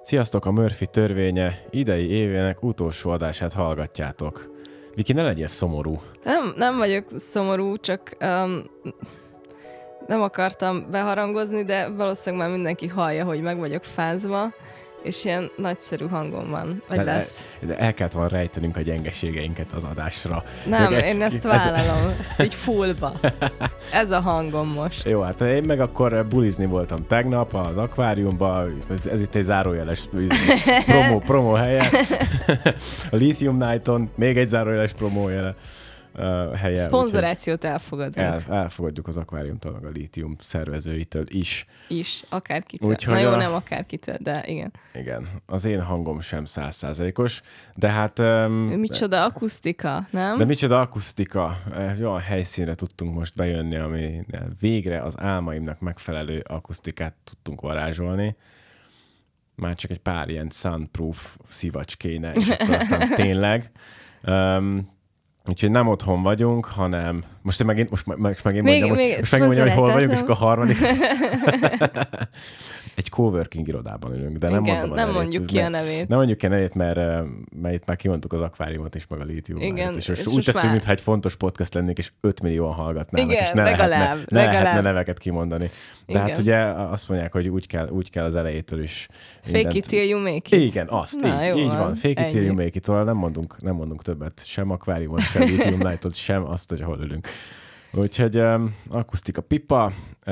Sziasztok, a Murphy törvénye idei évének utolsó adását hallgatjátok. Viki, ne legyél szomorú. Nem vagyok szomorú, csak nem akartam beharangozni, de valószínűleg már mindenki hallja, hogy meg vagyok fázva, és ilyen nagyszerű hangom van, vagy lesz. De el kellett volna rejtenünk a gyengeségeinket az adásra. Nem, én ezt vállalom, ezt így fullba. Ez a hangom most. Jó, hát én meg akkor bulizni voltam tegnap az akváriumban, ez itt egy zárójeles promo helye. A Lithium Night-on még egy zárójeles promo helye. Szponzorációt elfogadunk. Elfogadjuk az akváriumtól, meg a lítium szervezőitől is. Akárkitől. Úgyhogy Na jó, nem akárkitől, de igen. Igen, az én hangom sem 100%-os, de hát... Micsoda akusztika, nem? De micsoda akusztika. Olyan helyszínre tudtunk most bejönni, ami végre az álmaimnak megfelelő akusztikát tudtunk varázsolni. Már csak egy pár ilyen soundproof szivacs kéne, és akkor aztán tényleg... Úgyhogy nem otthon vagyunk, hanem... Most megint mondjam, hogy hol vagyunk, és akkor a harmadik... Egy coworking irodában ülünk, de nem igen, mondom nem mondjuk ki a nevét. Nem mondjuk ki a nevét, mert itt már kimondtuk az akváriumot és meg a lítiumot. És úgy teszünk, mintha egy fontos podcast lennénk, és 5 millióan hallgatnának, igen, és ne lehetne neveket kimondani. De igen. Hát ugye azt mondják, hogy úgy kell az elejétől is mindent... Fake it till you make it. Igen, így van. Fake it till you make it. Nem mondunk többet. Sem akváriumot, sem Lithium Night-ot, sem azt, hogy hol ülünk. Úgyhogy akusztika pipa,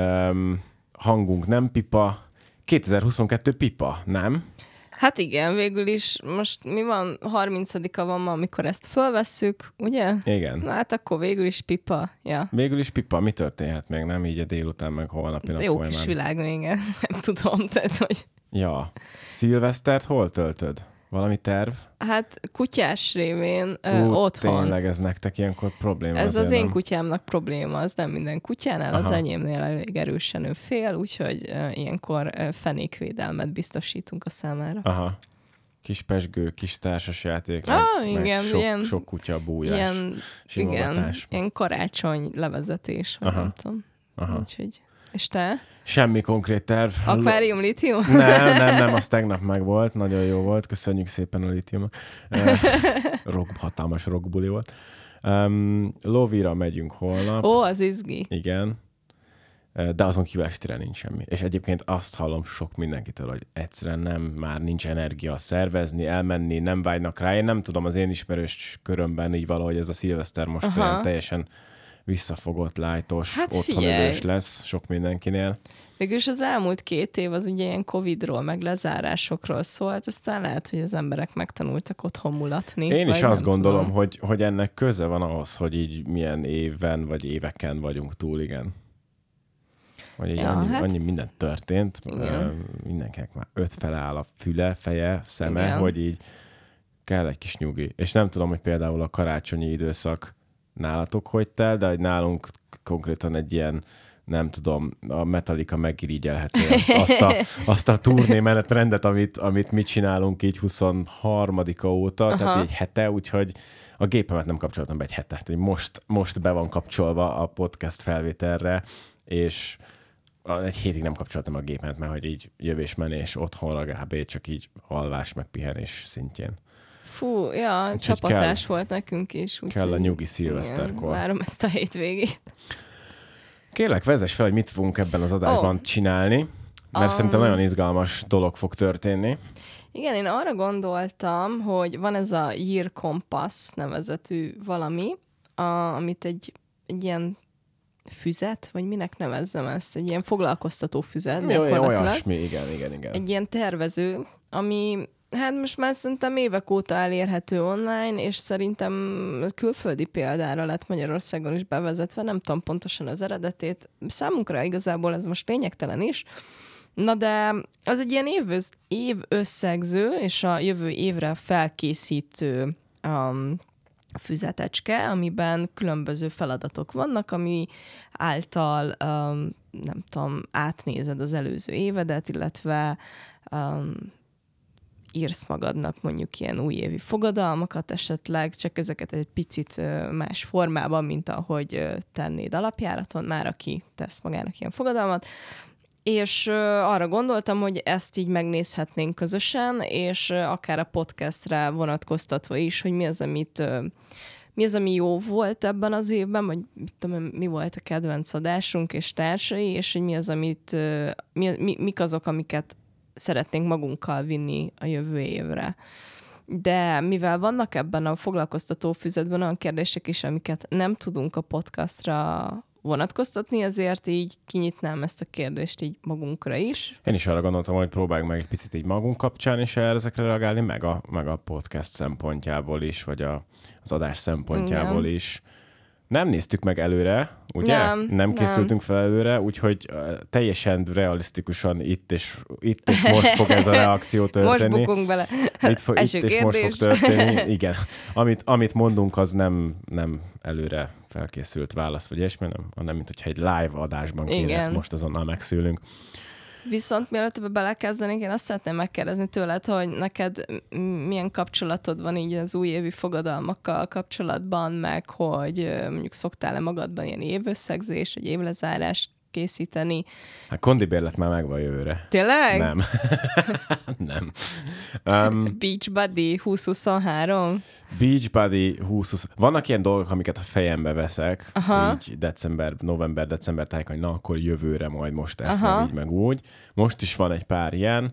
hangunk nem pipa, 2022 pipa, nem? Hát igen, végül is most mi van, 30-a van ma, amikor ezt fölvesszük, ugye? Igen. Na hát akkor végül is pipa, ja. Végül is pipa, mi történhet még, nem így a délután, meg holnapi nap jó kis világ még, nem tudom, tehát hogy... Ja. Szilvesztert hol töltöd? Valami terv? Hát kutyás révén otthon. Tényleg ez nektek ilyenkor probléma? Ez az én kutyámnak probléma, az nem minden kutyánál, aha. Az enyémnél elég erősen ő fél, úgyhogy ilyenkor fenékvédelmet biztosítunk a számára. Aha. Kis pesgő, kis társasjáték, igen, sok kutya, bújás, simogatás. Igen, ilyen karácsony levezetés, nem tudom. Aha. Úgyhogy... És te? Semmi konkrét terv. Akvárium, lítium? Nem, az tegnap megvolt, nagyon jó volt, köszönjük szépen a lítiumnak. Hatalmas rockbuli volt. Lovira megyünk holnap. Ó, az izgi. Igen. De azon kívül estére nincs semmi. És egyébként azt hallom sok mindenkitől, hogy egyszerűen már nincs energia szervezni, elmenni, nem vágynak rá. Én nem tudom, az én ismerős körömben így valahogy ez a szilveszter most teljesen visszafogott, lájtos, hát otthonülős lesz sok mindenkinél. Végülis az elmúlt 2 év az ugye ilyen Covidról, meg lezárásokról szólt, aztán lehet, hogy az emberek megtanultak otthon mulatni. Én is azt gondolom, hogy ennek köze van ahhoz, hogy így milyen éven vagy éveken vagyunk túl, igen. Vagy így annyi minden történt, mindenkinek már 5 fele áll a füle, feje, szeme, igen. Hogy így kell egy kis nyugi. És nem tudom, hogy például a karácsonyi időszak nálatok hogy tel, de hogy nálunk konkrétan egy ilyen, nem tudom, a Metallica megirigyelhető azt a turné menetrendet, amit mi csinálunk így 23-a óta, aha. Tehát egy hete, úgyhogy a gépemet nem kapcsoltam be egy hete. Tehát most be van kapcsolva a podcast felvételre, és egy hétig nem kapcsoltam a gépemet, mert hogy így jövés-menés otthonra kb. Csak így alvás meg pihenés szintjén. Fú, ja, úgy csapatás volt nekünk is. Kell a nyugi szilveszterkor. Várom ezt a hétvégét. Kérlek, vezess fel, hogy mit fogunk ebben az adásban csinálni, mert szerintem nagyon izgalmas dolog fog történni. Igen, én arra gondoltam, hogy van ez a Year Compass nevezetű valami, amit egy ilyen füzet, vagy minek nevezzem ezt? Egy ilyen foglalkoztató füzet. Olyasmi, igen. Egy ilyen tervező, ami hát most már szerintem évek óta elérhető online, és szerintem külföldi példára lett Magyarországon is bevezetve, nem tudom pontosan az eredetét. Számunkra igazából ez most lényegtelen is. Na de az egy ilyen évösszegző, és a jövő évre felkészítő füzetecske, amiben különböző feladatok vannak, ami által, nem tudom, átnézed az előző évedet, illetve írsz magadnak mondjuk ilyen újévi fogadalmakat esetleg, csak ezeket egy picit más formában, mint ahogy tennéd alapjáraton, már aki tesz magának ilyen fogadalmat. És arra gondoltam, hogy ezt így megnézhetnénk közösen, és akár a podcastre vonatkoztatva is, hogy mi az, ami jó volt ebben az évben, vagy mi volt a kedvenc adásunk és társai, és hogy mi az, mik azok, amiket szeretnénk magunkkal vinni a jövő évre. De mivel vannak ebben a foglalkoztató füzetben olyan kérdések is, amiket nem tudunk a podcastra vonatkoztatni, ezért így kinyitnám ezt a kérdést így magunkra is. Én is arra gondoltam, hogy próbáljuk meg egy picit így magunk kapcsán is ezekre reagálni, meg a podcast szempontjából is, vagy az adás szempontjából is. Nem néztük meg előre, ugye? Nem készültünk fel előre, úgyhogy teljesen realisztikusan itt és most fog ez a reakció történni. Most bukunk bele. Itt és most fog történni. Igen. Amit mondunk, az nem előre felkészült válasz, vagy ilyesmi, hanem mint hogyha egy live adásban kéne ezt most azonnal megszülünk. Viszont mielőtt ebbe belekezdenénk, én azt szeretném megkérdezni tőled, hogy neked milyen kapcsolatod van így az újévi fogadalmakkal kapcsolatban, meg hogy mondjuk szoktál-e magadban ilyen évösszegzés, vagy évlezárást készíteni? Hát kondibérlet már megvan jövőre. Tényleg? Nem. Nem. Beach Buddy 2023? Beach Buddy 2020. Vannak ilyen dolgok, amiket a fejembe veszek, így november-december tájék, hogy na, akkor jövőre majd most ezt, meg így, meg úgy. Most is van egy pár ilyen.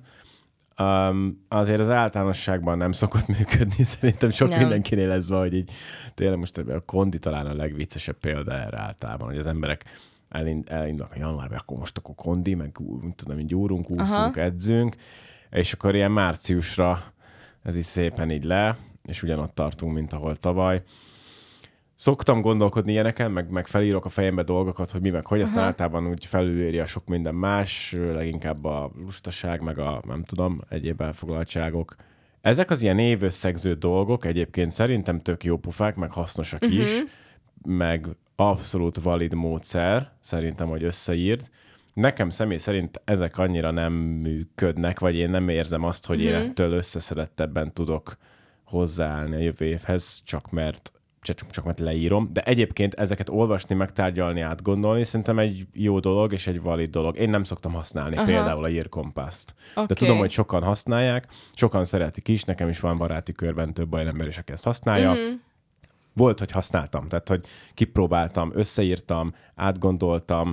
Azért az általánosságban nem szokott működni, szerintem sok mindenkinél ez van, hogy így tényleg most a kondi talán a legviccesebb példa erre általában, hogy az emberek elindulnak, hogy januárban akkor kondi, meg tudom, így gyúrunk, úszunk, edzünk, és akkor ilyen márciusra ez is szépen így le, és ugyanott tartunk, mint ahol tavaly. Szoktam gondolkodni ilyeneken, meg felírok a fejembe dolgokat, hogy mi meg hogy, aztán általában úgy felüléri a sok minden más, leginkább a lustaság, meg a nem tudom, egyéb elfoglaltságok. Ezek az ilyen évösszegző dolgok egyébként szerintem tök jó pufák, meg hasznosak is, meg abszolút valid módszer, szerintem, hogy összeírd. Nekem személy szerint ezek annyira nem működnek, vagy én nem érzem azt, hogy én ettől összeszedettebben tudok hozzáállni a jövő évhez, csak mert leírom. De egyébként ezeket olvasni, megtárgyalni, átgondolni szerintem egy jó dolog és egy valid dolog. Én nem szoktam használni például a írkompaszt. Okay. De tudom, hogy sokan használják, sokan szeretik is, nekem is van baráti körben több olyan ember is, aki ezt használja. Volt, hogy használtam, tehát hogy kipróbáltam, összeírtam, átgondoltam,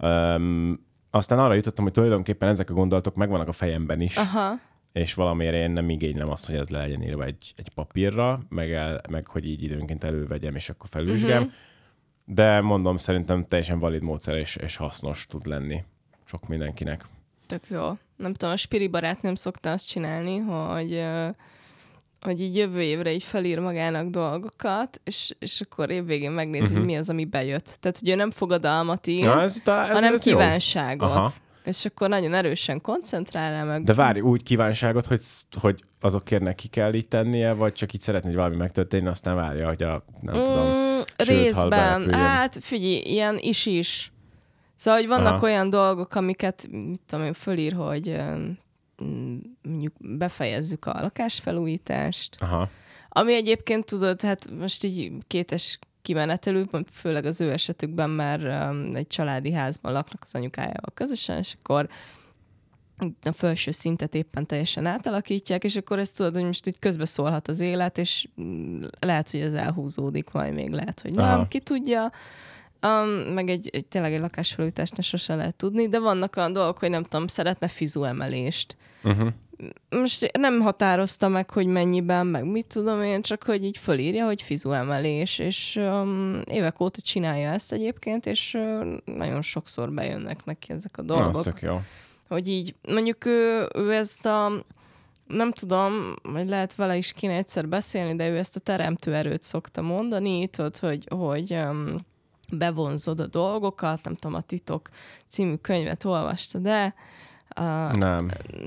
aztán arra jutottam, hogy tulajdonképpen ezek a gondolatok megvannak a fejemben is, és valamiért én nem igénylem azt, hogy ez le legyen írva egy papírra, meg hogy így időnként elővegyem, és akkor felvizsgálom. De mondom, szerintem teljesen valid módszer, és hasznos tud lenni sok mindenkinek. Tök jó. Nem tudom, a Spiri barátnőm szokta azt csinálni, hogy így jövő évre így felír magának dolgokat, és akkor évvégén megnézi, mi az, ami bejött. Tehát, hogy ő nem fogadalmat ír, hanem kívánságot. És akkor nagyon erősen koncentrál meg. De várj, úgy kívánságot, hogy azokért neki kell így tennie, vagy csak így szeretné, hogy valami megtörténjen, aztán várja, hogy nem tudom, részben. Hát figyelj, ilyen is. Szóval, hogy vannak olyan dolgok, amiket, mit tudom én, fölír, hogy mondjuk befejezzük a lakásfelújítást. Ami egyébként tudod, hát most így kétes kimenetelő, főleg az ő esetükben már egy családi házban laknak az anyukájával közösen, és akkor a felső szintet éppen teljesen átalakítják, és akkor ezt tudod, hogy most így közbeszólhat az élet, és lehet, hogy ez elhúzódik, majd még lehet, hogy nem, ki tudja. Meg tényleg egy lakásfelújításnál sose lehet tudni, de vannak olyan dolgok, hogy nem tudom, szeretne fizuemelést. Most nem határozta meg, hogy mennyiben, meg mit tudom én, csak hogy így fölírja, hogy fizuemelés, és évek óta csinálja ezt egyébként, és nagyon sokszor bejönnek neki ezek a dolgok. Az tök jó. Hogy így, mondjuk ő ezt nem tudom, hogy lehet vele is kéne egyszer beszélni, de ő ezt a teremtő erőt szokta mondani, tudod, hogy bevonzod a dolgokat, nem tudom, a Titok című könyvet olvasta, de nem.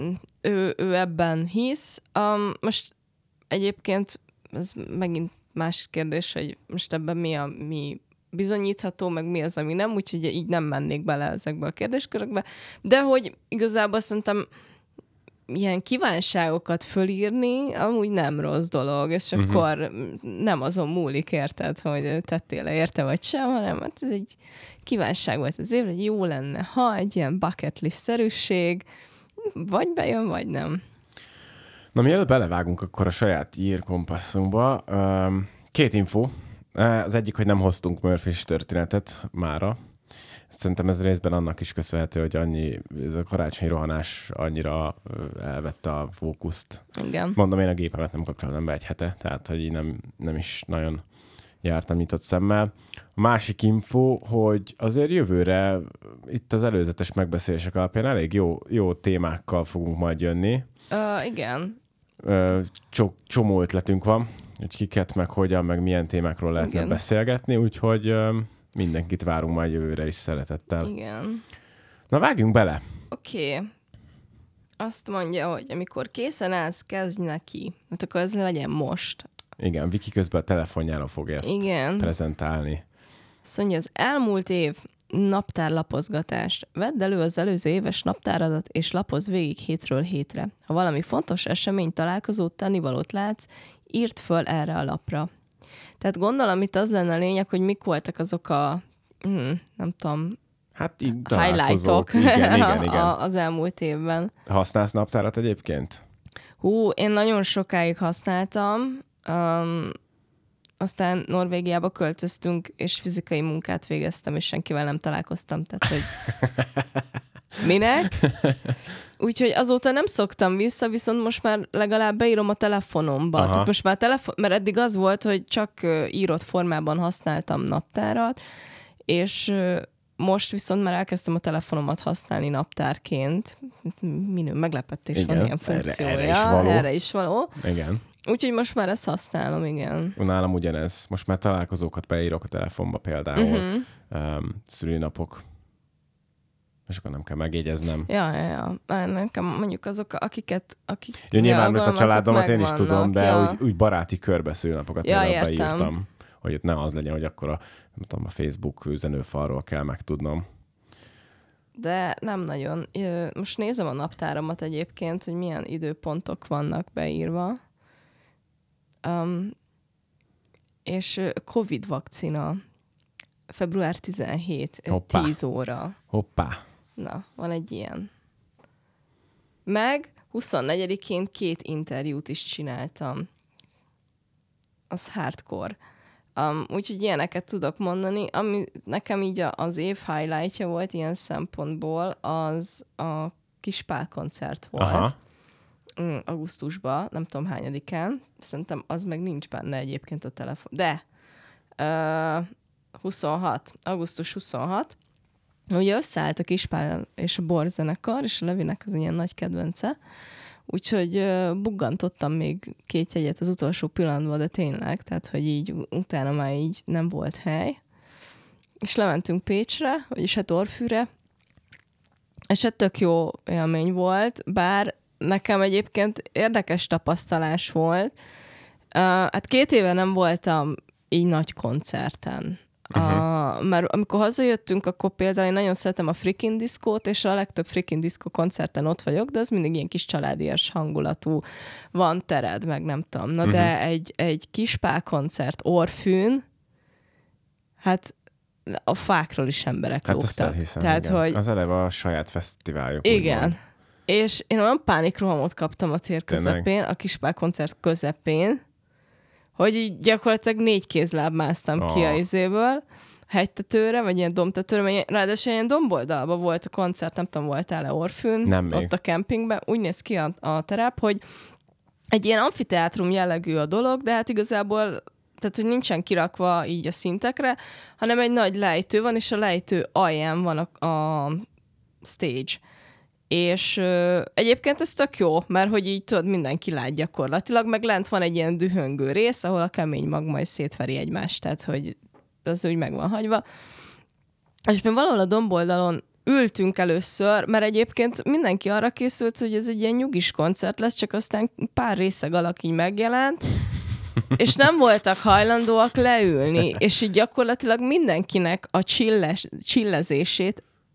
Ő ebben hisz. Most egyébként ez megint más kérdés, hogy most ebben mi bizonyítható, meg mi az, ami nem, úgyhogy így nem mennék bele ezekbe a kérdéskörökbe. De hogy igazából szerintem ilyen kívánságokat fölírni amúgy nem rossz dolog, és akkor nem azon múlik, érted, hogy tettél-e érte vagy sem, hanem hát ez egy kívánság volt az évre, hogy jó lenne, ha egy ilyen bucket list-szerűség, vagy bejön, vagy nem. Na, mielőtt belevágunk akkor a saját írkompaszunkba, 2 info. Az egyik, hogy nem hoztunk Murphys történetet mára. Szerintem ez részben annak is köszönhető, hogy ez a karácsonyi rohanás annyira elvette a fókuszt. Igen. Mondom, én a gépemet nem kapcsoltam be egy hete, tehát hogy nem is nagyon jártam nyitott szemmel. A másik info, hogy azért jövőre itt az előzetes megbeszélések alapján elég jó témákkal fogunk majd jönni. Igen. Csomó ötletünk van, hogy kiket, meg hogyan, meg milyen témákról lehetne beszélgetni, úgyhogy mindenkit várunk majd jövőre is szeretettel. Igen. Na, vágjunk bele! Oké. Azt mondja, hogy amikor készen állsz, kezdj neki. Hát akkor ez legyen most. Igen, Viki közben a telefonjára fog ezt prezentálni. Azt mondja, az elmúlt év naptárlapozgatást. Vedd elő az előző éves naptáradat, és lapozz végig hétről hétre. Ha valami fontos esemény, találkozót, tennivalót látsz, írd föl erre a lapra. Tehát gondolom, itt az lenne a lényeg, hogy mik voltak azok a, nem tudom, hát highlightok igen. az elmúlt évben. Használsz naptárat egyébként? Én nagyon sokáig használtam, aztán Norvégiába költöztünk, és fizikai munkát végeztem, és senkivel nem találkoztam, tehát hogy minek? Úgyhogy azóta nem szoktam vissza, viszont most már legalább beírom a telefonomba. Tehát most már mert eddig az volt, hogy csak írott formában használtam naptárat, és most viszont már elkezdtem a telefonomat használni naptárként. Minő meglepetés, van ilyen funkciója. Erre is való. Igen. Úgyhogy most már ezt használom, igen. Nálam ugyanez. Most már találkozókat beírok a telefonba például. Szülinapok. És akkor nem kell megjegyeznem. Ja. Nekem mondjuk azok, akik nyilván most a családomat én is tudom, de úgy baráti körbe szülinapokat például beírtam. Hogy itt ne az legyen, hogy akkor a Facebook üzenőfalról kell megtudnom. De nem nagyon. Most nézem a naptáramat egyébként, hogy milyen időpontok vannak beírva. És Covid vakcina. Február 17, Hoppá. 10 óra. Hoppá. Na, van egy ilyen. Meg 24-én 2 interjút is csináltam. Az hardcore. Úgyhogy ilyeneket tudok mondani. Ami nekem így az év highlightja volt ilyen szempontból, az a kis Pál koncert volt. Augusztusban, nem tudom hányadikán. Szerintem az meg nincs benne egyébként a telefon. De 26. Augusztus 26. Ugye összeállt a Kispál és a Borzenekar, és a Levinek az ilyen nagy kedvence. Úgyhogy buggantottam még 2 jegyet az utolsó pillanatban, de tényleg, tehát hogy így utána már így nem volt hely. És lementünk Pécsre, vagyis hát Orfűre, és hát tök jó élmény volt, bár nekem egyébként érdekes tapasztalás volt. Hát 2 éve nem voltam így nagy koncerten. Mert amikor hazajöttünk, akkor például én nagyon szeretem a Freakin' Discót, és a legtöbb Freakin' Disco koncerten ott vagyok, de az mindig ilyen kis családias hangulatú, van tered, meg nem tudom. Na de egy Kispál koncert Orfűn, hát a fákról is emberek lógtak. Hiszem, tehát, igen. hogy... Az eleve a saját fesztiváljuk. Igen. És én olyan pánikrohamot kaptam a tér közepén, a Kispál koncert közepén, hogy így gyakorlatilag 4 kézláb másztam ki a izéből, hegytetőre, vagy ilyen dombtetőre, mert ráadásul ilyen domboldalban volt a koncert, nem tudom, voltál-e Orfűn, nem ott még. A kempingben, úgy néz ki a terep, hogy egy ilyen amfiteátrum jellegű a dolog, de hát igazából, tehát hogy nincsen kirakva így a szintekre, hanem egy nagy lejtő van, és a lejtő alján van a stage. És egyébként ez tök jó, mert hogy így tudod, mindenki lát gyakorlatilag, meg lent van egy ilyen dühöngő rész, ahol a kemény mag majd szétveri egymást, tehát hogy az úgy meg van hagyva. És mi valahol a domboldalon ültünk először, mert egyébként mindenki arra készült, hogy ez egy ilyen nyugis koncert lesz, csak aztán pár részeg alak így megjelent, és nem voltak hajlandóak leülni, és így gyakorlatilag mindenkinek a csillezését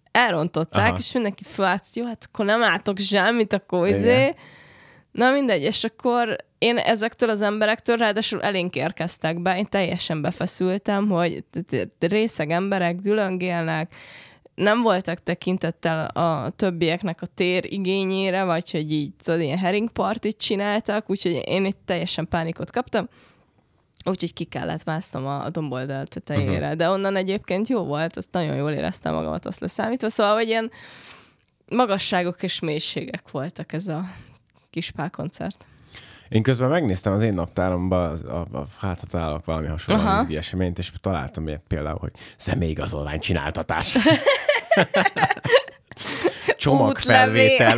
elrontották, aha, és mindenki felállt, hogy jó, hát akkor nem látok semmit, akkor izé. Na mindegy, és akkor én ezektől az emberektől ráadásul elénk érkeztek be, én teljesen befeszültem, hogy részeg emberek dülöngélnek, nem voltak tekintettel a többieknek a tér igényére, vagy hogy így tudod, ilyen heringpartit csináltak, úgyhogy én itt teljesen pánikot kaptam, úgyhogy ki kellett másznom a domboldal tetejére. De onnan egyébként jó volt, azt nagyon jól éreztem magamat azt leszámítva, szóval, hogy ilyen magasságok és mélységek voltak ez a kis pálkoncert. Én közben megnéztem az én naptáromban, hát találok valami hasonló izgi eseményt, és találtam például, hogy személyigazolvány csináltatás. Csomagfelvétel.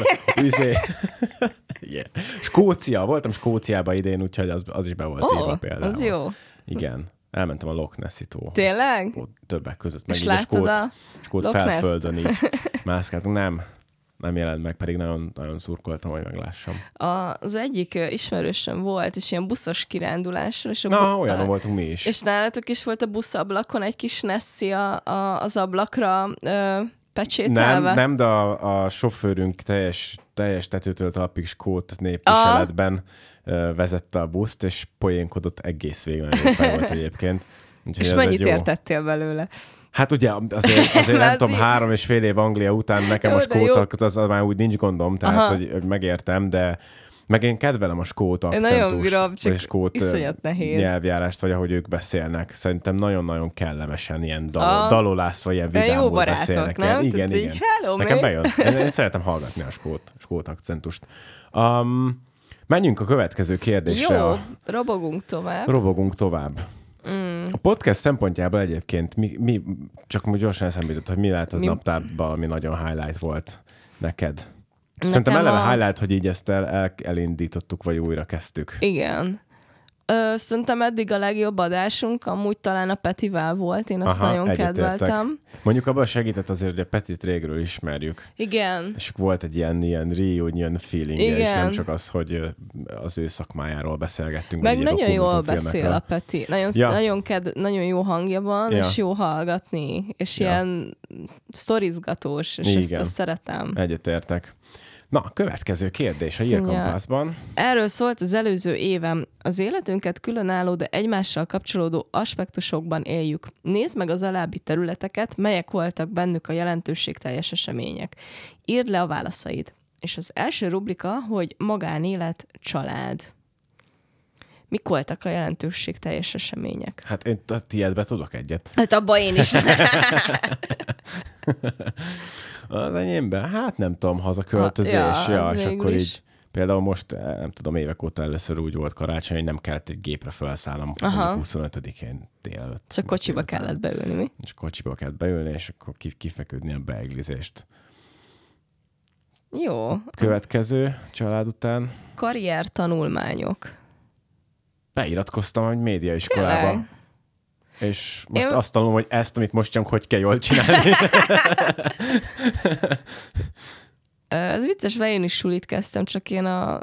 Yeah. Skócia. Voltam Skóciában idén, úgyhogy az is be volt írva például. Az jó. Igen. Elmentem a Loch Nessi tó. Tényleg? Többek között. És láttad a skót felföldön így mászkáltunk. Nem jelent meg, pedig nagyon, nagyon szurkoltam, hogy meglássam. Az egyik ismerősöm volt, és ilyen buszos kirándulásra. És olyanon voltunk mi is. És nálatok is volt a buszablakon egy kis Nessie az ablakra pecsételve? Nem, de a sofőrünk teljes tetőtől talpig skót népviseletben vezette a buszt, és poénkodott egész végig, nagyon fel volt egyébként. Úgyhogy és mennyit értettél belőle? Hát ugye azért nem tudom, 3,5 év Anglia után nekem a skót, az már úgy nincs gondom, tehát hogy megértem, de meg én kedvelem a skót akcentust, vagy a skót nyelvjárást, vagy ahogy ők beszélnek. Szerintem nagyon-nagyon kellemesen ilyen dalolászva, ilyen vidámul beszélnek. Nem? Igen. Hello, nekem bejön. Én szeretem hallgatni a skót akcentust. Menjünk a következő kérdésre. Jó, robogunk tovább. A podcast szempontjából egyébként mi csak most gyorsan eszembe jutott, hogy mi lehet az naptárban, ami nagyon highlight volt neked. Szerintem eleve highlight, hogy így ezt elindítottuk, vagy újra kezdtük. Igen. Szerintem eddig a legjobb adásunk amúgy talán a Petivel volt, én azt nagyon kedveltem. Mondjuk abban segített azért, hogy a Petit régről ismerjük. Igen. És volt egy ilyen reunion feelingje, és nem csak az, hogy az ő szakmájáról beszélgettünk. Meg nagyon jól beszél a Peti. Nagyon jó hangja van, és jó hallgatni, és ilyen sztorizgatós, és ezt szeretem. Egyetértek. Na, következő kérdés a Írkampászban. Erről szólt az előző évem. Az életünket különálló, de egymással kapcsolódó aspektusokban éljük. Nézd meg az alábbi területeket, melyek voltak bennük a jelentőségteljes események. Írd le a válaszaid. És az első rubrika, hogy magánélet, család. Mik voltak a jelentőségteljes események? Hát én a tiédbe tudok egyet. Hát abba én is. Az enyémben? Hát nem tudom, hazaköltözés. És akkor így például most, nem tudom, évek óta először úgy volt karácsony, hogy nem kellett egy gépre felszállnom 25-én délelőtt. Csak kocsiba kellett beülni, mi? És kocsiba kellett beülni, és akkor kifeküdni a beeglizést. Jó. Következő család után? Karrier, tanulmányok. Beiratkoztam, hogy médiaiskolába. És most azt tanulom, hogy ezt, amit most csinálunk, hogy kell jól csinálni. Ez vicces, mert én is sulit kezdtem, csak én a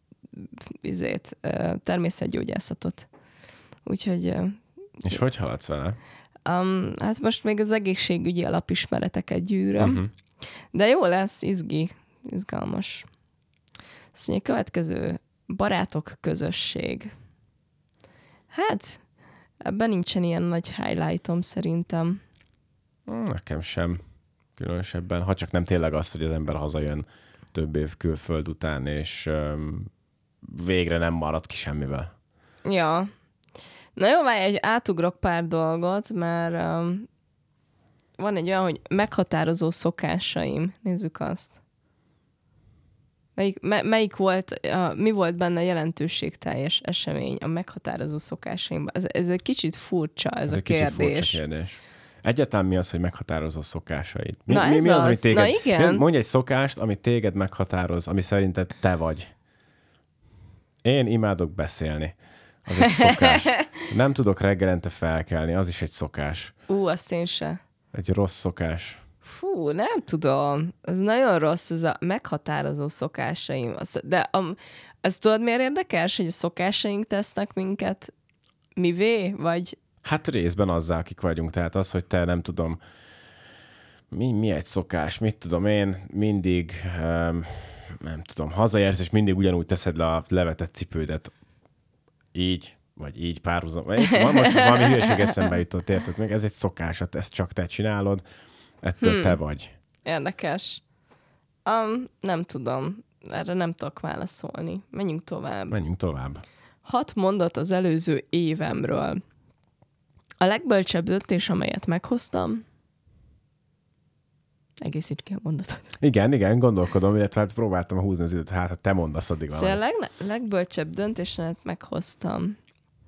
természetgyógyászatot. Úgyhogy... És hogy haladsz vele? Hát most még az egészségügyi alapismereteket gyűröm. De jó lesz, izgalmas. Azt mondja, következő barátok, közösség. Hát... Ebben nincsen ilyen nagy highlightom szerintem. Nekem sem. Különösebben. Ha csak nem tényleg az, hogy az ember hazajön több év külföld után, és végre nem marad ki semmivel. Ja. Na jó, várj, átugrok pár dolgot, mert van egy olyan, hogy meghatározó szokásaim. Nézzük azt. Melyik volt, mi volt benne jelentőségteljes esemény a meghatározó szokásaimban? Ez egy kicsit furcsa, ez a kérdés. Kicsit furcsa kérdés. Egyáltalán mi az, hogy meghatározó szokásaid? Mi az, ami téged... Na igen. Mondj egy szokást, ami téged meghatároz, ami szerinted te vagy. Én imádok beszélni. Az egy szokás. Nem tudok reggelente felkelni, az is egy szokás. Azt én se. Egy rossz szokás. Fú, nem tudom. Ez nagyon rossz, ez a meghatározó szokásaim. De ez tudod, miért érdekes, hogy a szokásaink tesznek minket mivé, vagy... Hát részben azzal, akik vagyunk. Tehát az, hogy te nem tudom, Mi egy szokás? Mit tudom én? Mindig, nem tudom, hazaérsz, és mindig ugyanúgy teszed le a levetett cipődet. Így, vagy így párhuzam. Most valami hülyeség eszembe jutott, érted? Meg ez egy szokás, ezt csak te csinálod, ettől te vagy. Érdekes. Nem tudom. Erre nem tudok válaszolni. Menjünk tovább. 6 mondat az előző évemről. A legbölcsebb döntés, amelyet meghoztam. Egészíts ki a mondatot. Igen, gondolkodom, illetve hát próbáltam húzni az időt, hát te mondasz addig valamit. Szóval a legbölcsebb döntés, amelyet meghoztam.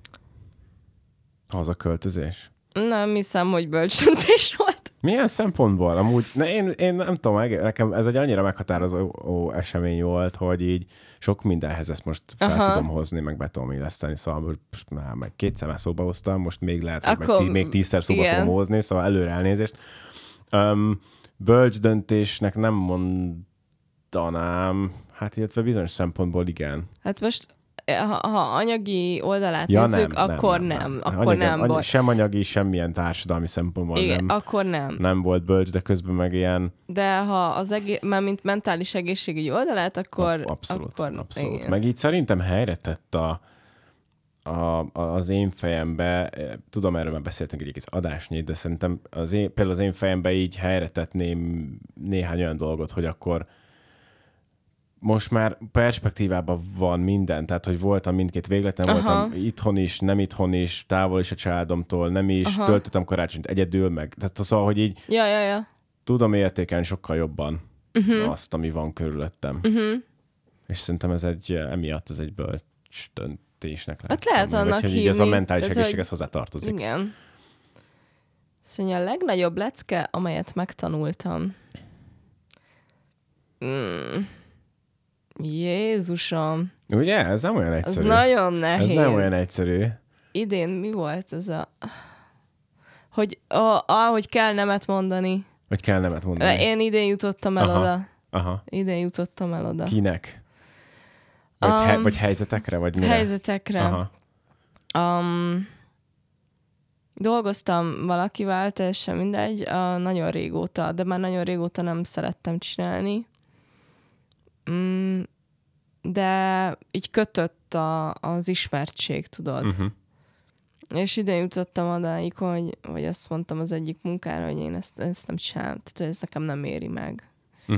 Hazaköltözés? Nem hiszem, hogy bölcs döntés volt. Milyen szempontból? Amúgy, én nem tudom, nekem ez egy annyira meghatározó esemény volt, hogy így sok mindenhez ezt most fel tudom hozni, meg be tudom illeszteni, szóval most már meg 2-szer már szóba hoztam, most még lehet, hogy még 10-szer szóba fogom hozni, szóval előre elnézést. Bölcs döntésnek nem mondanám, hát illetve bizonyos szempontból igen. Hát most ha anyagi oldalát nézzük, akkor nem. Akkor nem volt. Sem anyagi, semmilyen társadalmi szempontból igen, akkor nem. Nem volt bölcs, de közben meg ilyen... De ha az már mint mentális egészségügyi oldalát, akkor... Abszolút. Igen. Meg így szerintem helyre tett az én fejembe, tudom, erről már beszéltünk egy egész adásnyit, de szerintem például az én fejembe így helyre tettném néhány olyan dolgot, hogy akkor most már perspektívában van minden, tehát, hogy voltam mindkét végleten, voltam itthon is, nem itthon is, távol is a családomtól, nem is, töltöttem karácsonyt egyedül, meg, tehát szóval, hogy így tudom értékelni sokkal jobban azt, ami van körülöttem. És szerintem emiatt ez egy bölcs döntésnek lehet. Hát lehet annak hívni. Ez a mentális egészséghez hozzá tartozik. Igen. Szóval a legnagyobb lecke, amelyet megtanultam. Jézusom. Ugye? Ez nem olyan egyszerű. Ez nagyon nehéz. Ez nem olyan egyszerű. Idén mi volt ez hogy kell nemet mondani. Hogy kell nemet mondani. Én idén jutottam el oda. Idén jutottam el oda. Kinek? Vagy helyzetekre? Vagy mire? Helyzetekre. Dolgoztam valakivel, teljesen mindegy, nagyon régóta, de már nagyon régóta nem szerettem csinálni. De így kötött az ismertség, tudod. És ide jutottam odáig, hogy azt mondtam az egyik munkára, hogy én ezt nem csinálom, tehát hogy ez nekem nem éri meg.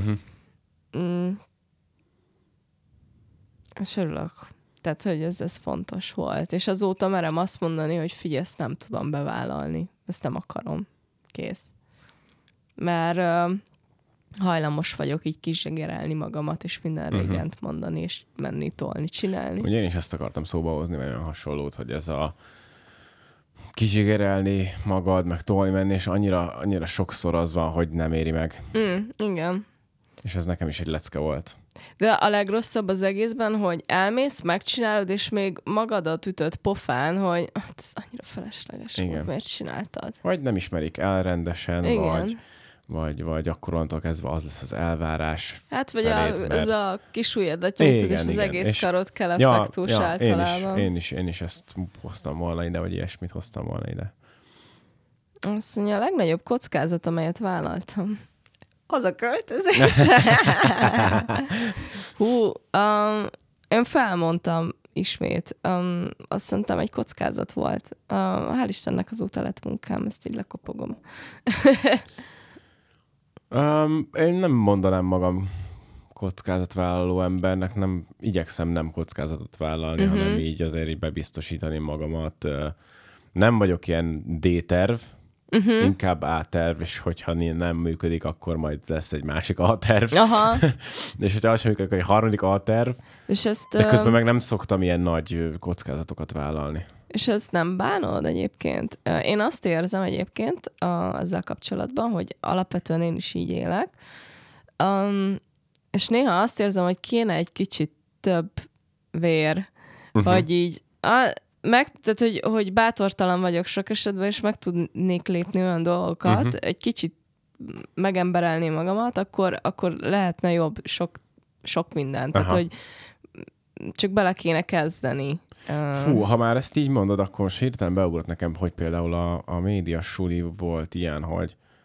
És örülök. Tehát, hogy ez fontos volt. És azóta merem azt mondani, hogy figyelj, ezt nem tudom bevállalni. Ezt nem akarom. Kész. Mert hajlamos vagyok így kizsegerelni magamat, és minden régent mondani, és menni, tolni, csinálni. Ugye én is ezt akartam szóba hozni, mert olyan hasonlót, hogy ez a kizsigerelni magad, meg tolni menni, és annyira sokszor az van, hogy nem éri meg. Igen. És ez nekem is egy lecke volt. De a legrosszabb az egészben, hogy elmész, megcsinálod, és még magadat ütöd pofán, hogy ez annyira felesleges volt, miért csináltad? Vagy nem ismerik el rendesen, vagy akkor onnantól kezdve az lesz az elvárás. Hát, vagy ez a kis ujjadat nyújtod, és az egész karod kell effektus általában. Én is ezt hoztam volna ide, vagy ilyesmit hoztam volna ide. Azt mondja, a legnagyobb kockázat, amelyet vállaltam. Az a költözés. Én felmondtam ismét. Azt szerintem egy kockázat volt. Hál' Istennek azóta lett munkám, ezt így lekopogom. Én nem mondanám magam kockázatvállaló embernek, igyekszem nem kockázatot vállalni, hanem így azért így bebiztosítani magamat. Nem vagyok ilyen D-terv, inkább A-terv, és hogyha nem működik, akkor majd lesz egy másik A-terv. És hogyha az sem működik, akkor egy harmadik A-terv. De közben meg nem szoktam ilyen nagy kockázatokat vállalni. És ezt nem bánod egyébként? Én azt érzem egyébként ezzel kapcsolatban, hogy alapvetően én is így élek, és néha azt érzem, hogy kéne egy kicsit több vér, hogy így tehát, hogy bátortalan vagyok sok esetben, és meg tudnék lépni olyan dolgokat, egy kicsit megemberelném magamat, akkor lehetne jobb sok minden. Tehát, hogy csak bele kéne kezdeni. Ha már ezt így mondod, akkor most hirtelen beugrott nekem, hogy például a média suli volt ilyen, hogy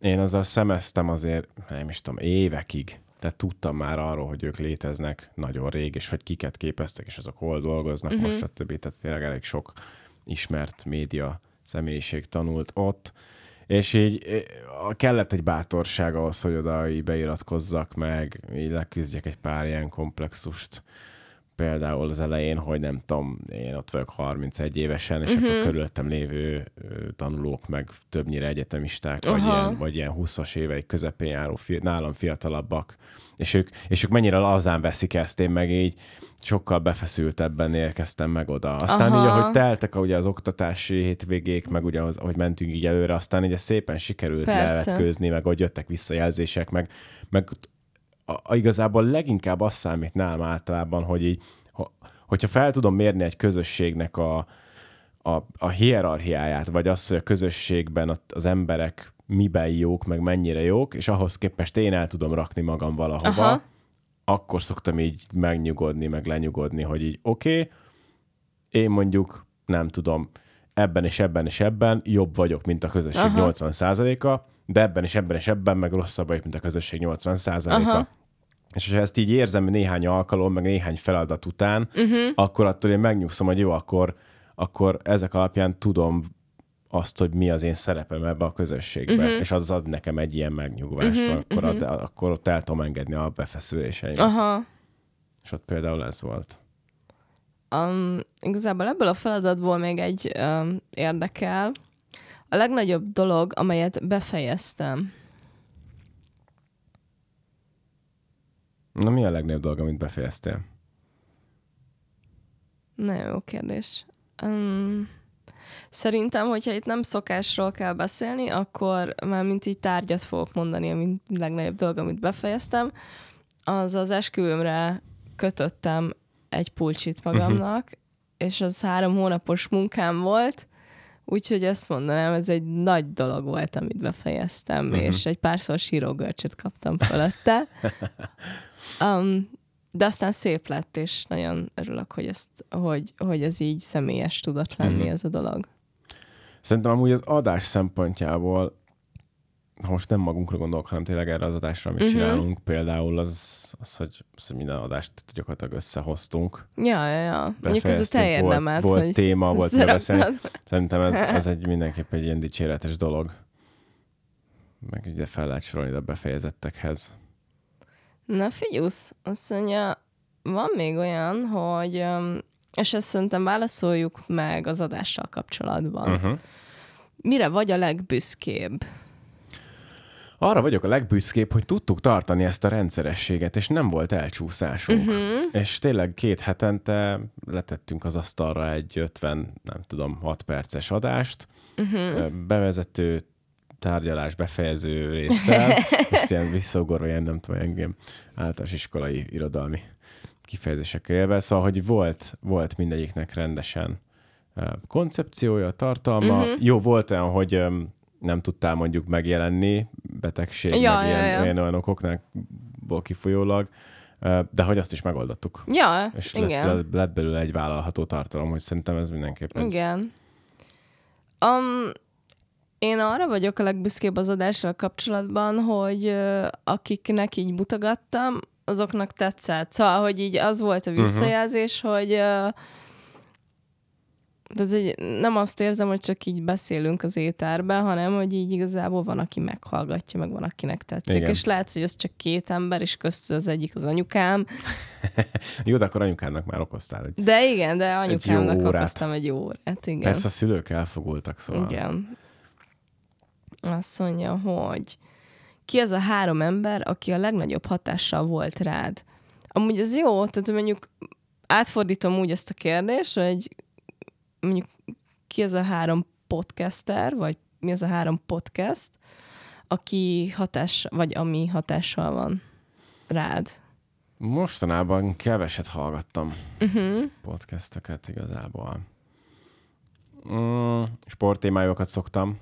én azzal szemeztem azért, nem is tudom, évekig. Tehát tudtam már arról, hogy ők léteznek nagyon rég, és hogy kiket képeztek, és azok hol dolgoznak, most stb. Tehát tényleg elég sok ismert média személyiség tanult ott, és így kellett egy bátorság ahhoz, hogy oda így beiratkozzak meg, így leküzdjek egy pár ilyen komplexust. Például az elején, hogy nem tudom, én ott vagyok 31 évesen, és akkor körülöttem lévő tanulók, meg többnyire egyetemisták, vagy ilyen 20-as éveik közepén járó, nálam fiatalabbak, és ők mennyire lazán veszik ezt, én meg így sokkal befeszültebben érkeztem meg oda. Aztán így, ahogy teltek ugye az oktatási hétvégék, meg ugye ahogy mentünk így előre, aztán így szépen sikerült levetkőzni, meg hogy jöttek visszajelzések, meg igazából leginkább az számít nálam általában, hogy így, hogyha fel tudom mérni egy közösségnek a hierarchiáját, vagy azt, hogy a közösségben az emberek miben jók, meg mennyire jók, és ahhoz képest én el tudom rakni magam valahova, akkor szoktam így megnyugodni, meg lenyugodni, hogy így oké, én mondjuk, nem tudom, ebben és ebben és ebben jobb vagyok, mint a közösség 80%-a, de ebben és ebben és ebben meg rosszabb vagyok, mint a közösség 80%-a. És hogyha ezt így érzem néhány alkalom, meg néhány feladat után, akkor attól én megnyugszom, hogy jó, akkor ezek alapján tudom azt, hogy mi az én szerepem ebbe a közösségbe, és az ad nekem egy ilyen megnyugvást, akkor ott el tudom engedni a befeszüléseimet. És ott például ez volt. Igazából ebből a feladatból még egy érdekel. A legnagyobb dolog, amelyet befejeztem. Na, mi a legnagyobb dolog, amit befejeztél? Nagyon jó kérdés. Szerintem, hogyha itt nem szokásról kell beszélni, akkor már mint így tárgyat fogok mondani, ami a legnagyobb dolog, amit befejeztem. Az esküvőmre kötöttem egy pulcsit magamnak, és az 3 hónapos munkám volt, úgyhogy ezt mondanám, ez egy nagy dolog volt, amit befejeztem, és egy párszor sírógörcsöt kaptam fölötte. De aztán szép lett, és nagyon örülök, hogy ez így személyes tudott lenni ez a dolog. Szerintem amúgy az adás szempontjából, ha most nem magunkra gondolok, hanem tényleg erre az adásra, amit csinálunk, például az, hogy minden adást gyakorlatilag összehoztunk. Ja. Mondjuk ez a te érdemed. Volt téma, volt lebeszélni. Szerintem ez mindenképp egy ilyen dicséretes dolog. Meg ugye fel lehet sorolni a befejezettekhez. Na figyelsz, azt mondja, van még olyan, hogy, és ezt szerintem válaszoljuk meg az adással kapcsolatban. Mire vagy a legbüszkébb? Arra vagyok a legbüszkébb, hogy tudtuk tartani ezt a rendszerességet, és nem volt elcsúszásunk. És tényleg 2 hetente letettünk az asztalra egy 50, nem tudom, 6 perces adást, bevezető, tárgyalás befejező résszel, és ilyen visszaugorva, ilyen nem tudom, engem általános iskolai irodalmi kifejezésekkel élve. Szóval, hogy volt mindegyiknek rendesen koncepciója, tartalma. Jó, volt olyan, hogy nem tudtál mondjuk megjelenni betegség, olyan okokból kifolyólag, de hogy azt is megoldottuk. Ja, és igen. Lett belőle egy vállalható tartalom, hogy szerintem ez mindenképpen. Igen. Én arra vagyok a legbüszkébb az adással kapcsolatban, hogy akiknek így mutogattam, azoknak tetszett. Szóval, hogy így az volt a visszajelzés, hogy tehát, hogy nem azt érzem, hogy csak így beszélünk az éterben, hanem, hogy így igazából van, aki meghallgatja, meg van, akinek tetszik. Igen. És lehet, hogy ez csak 2 ember, és köztük az egyik az anyukám. Jó, de akkor anyukának már okoztál. De igen, de anyukámnak okoztam egy jó órát. Igen. Persze a szülők elfogultak, szóval. Igen. Azt mondja, hogy ki az a 3 ember, aki a legnagyobb hatással volt rád? Amúgy ez jó, tehát mondjuk átfordítom úgy ezt a kérdést, hogy mondjuk ki az a 3 podcaster, vagy mi az a 3 podcast, aki vagy ami hatással van rád? Mostanában keveset hallgattam podcasteket igazából. Sporttémájukat szoktam.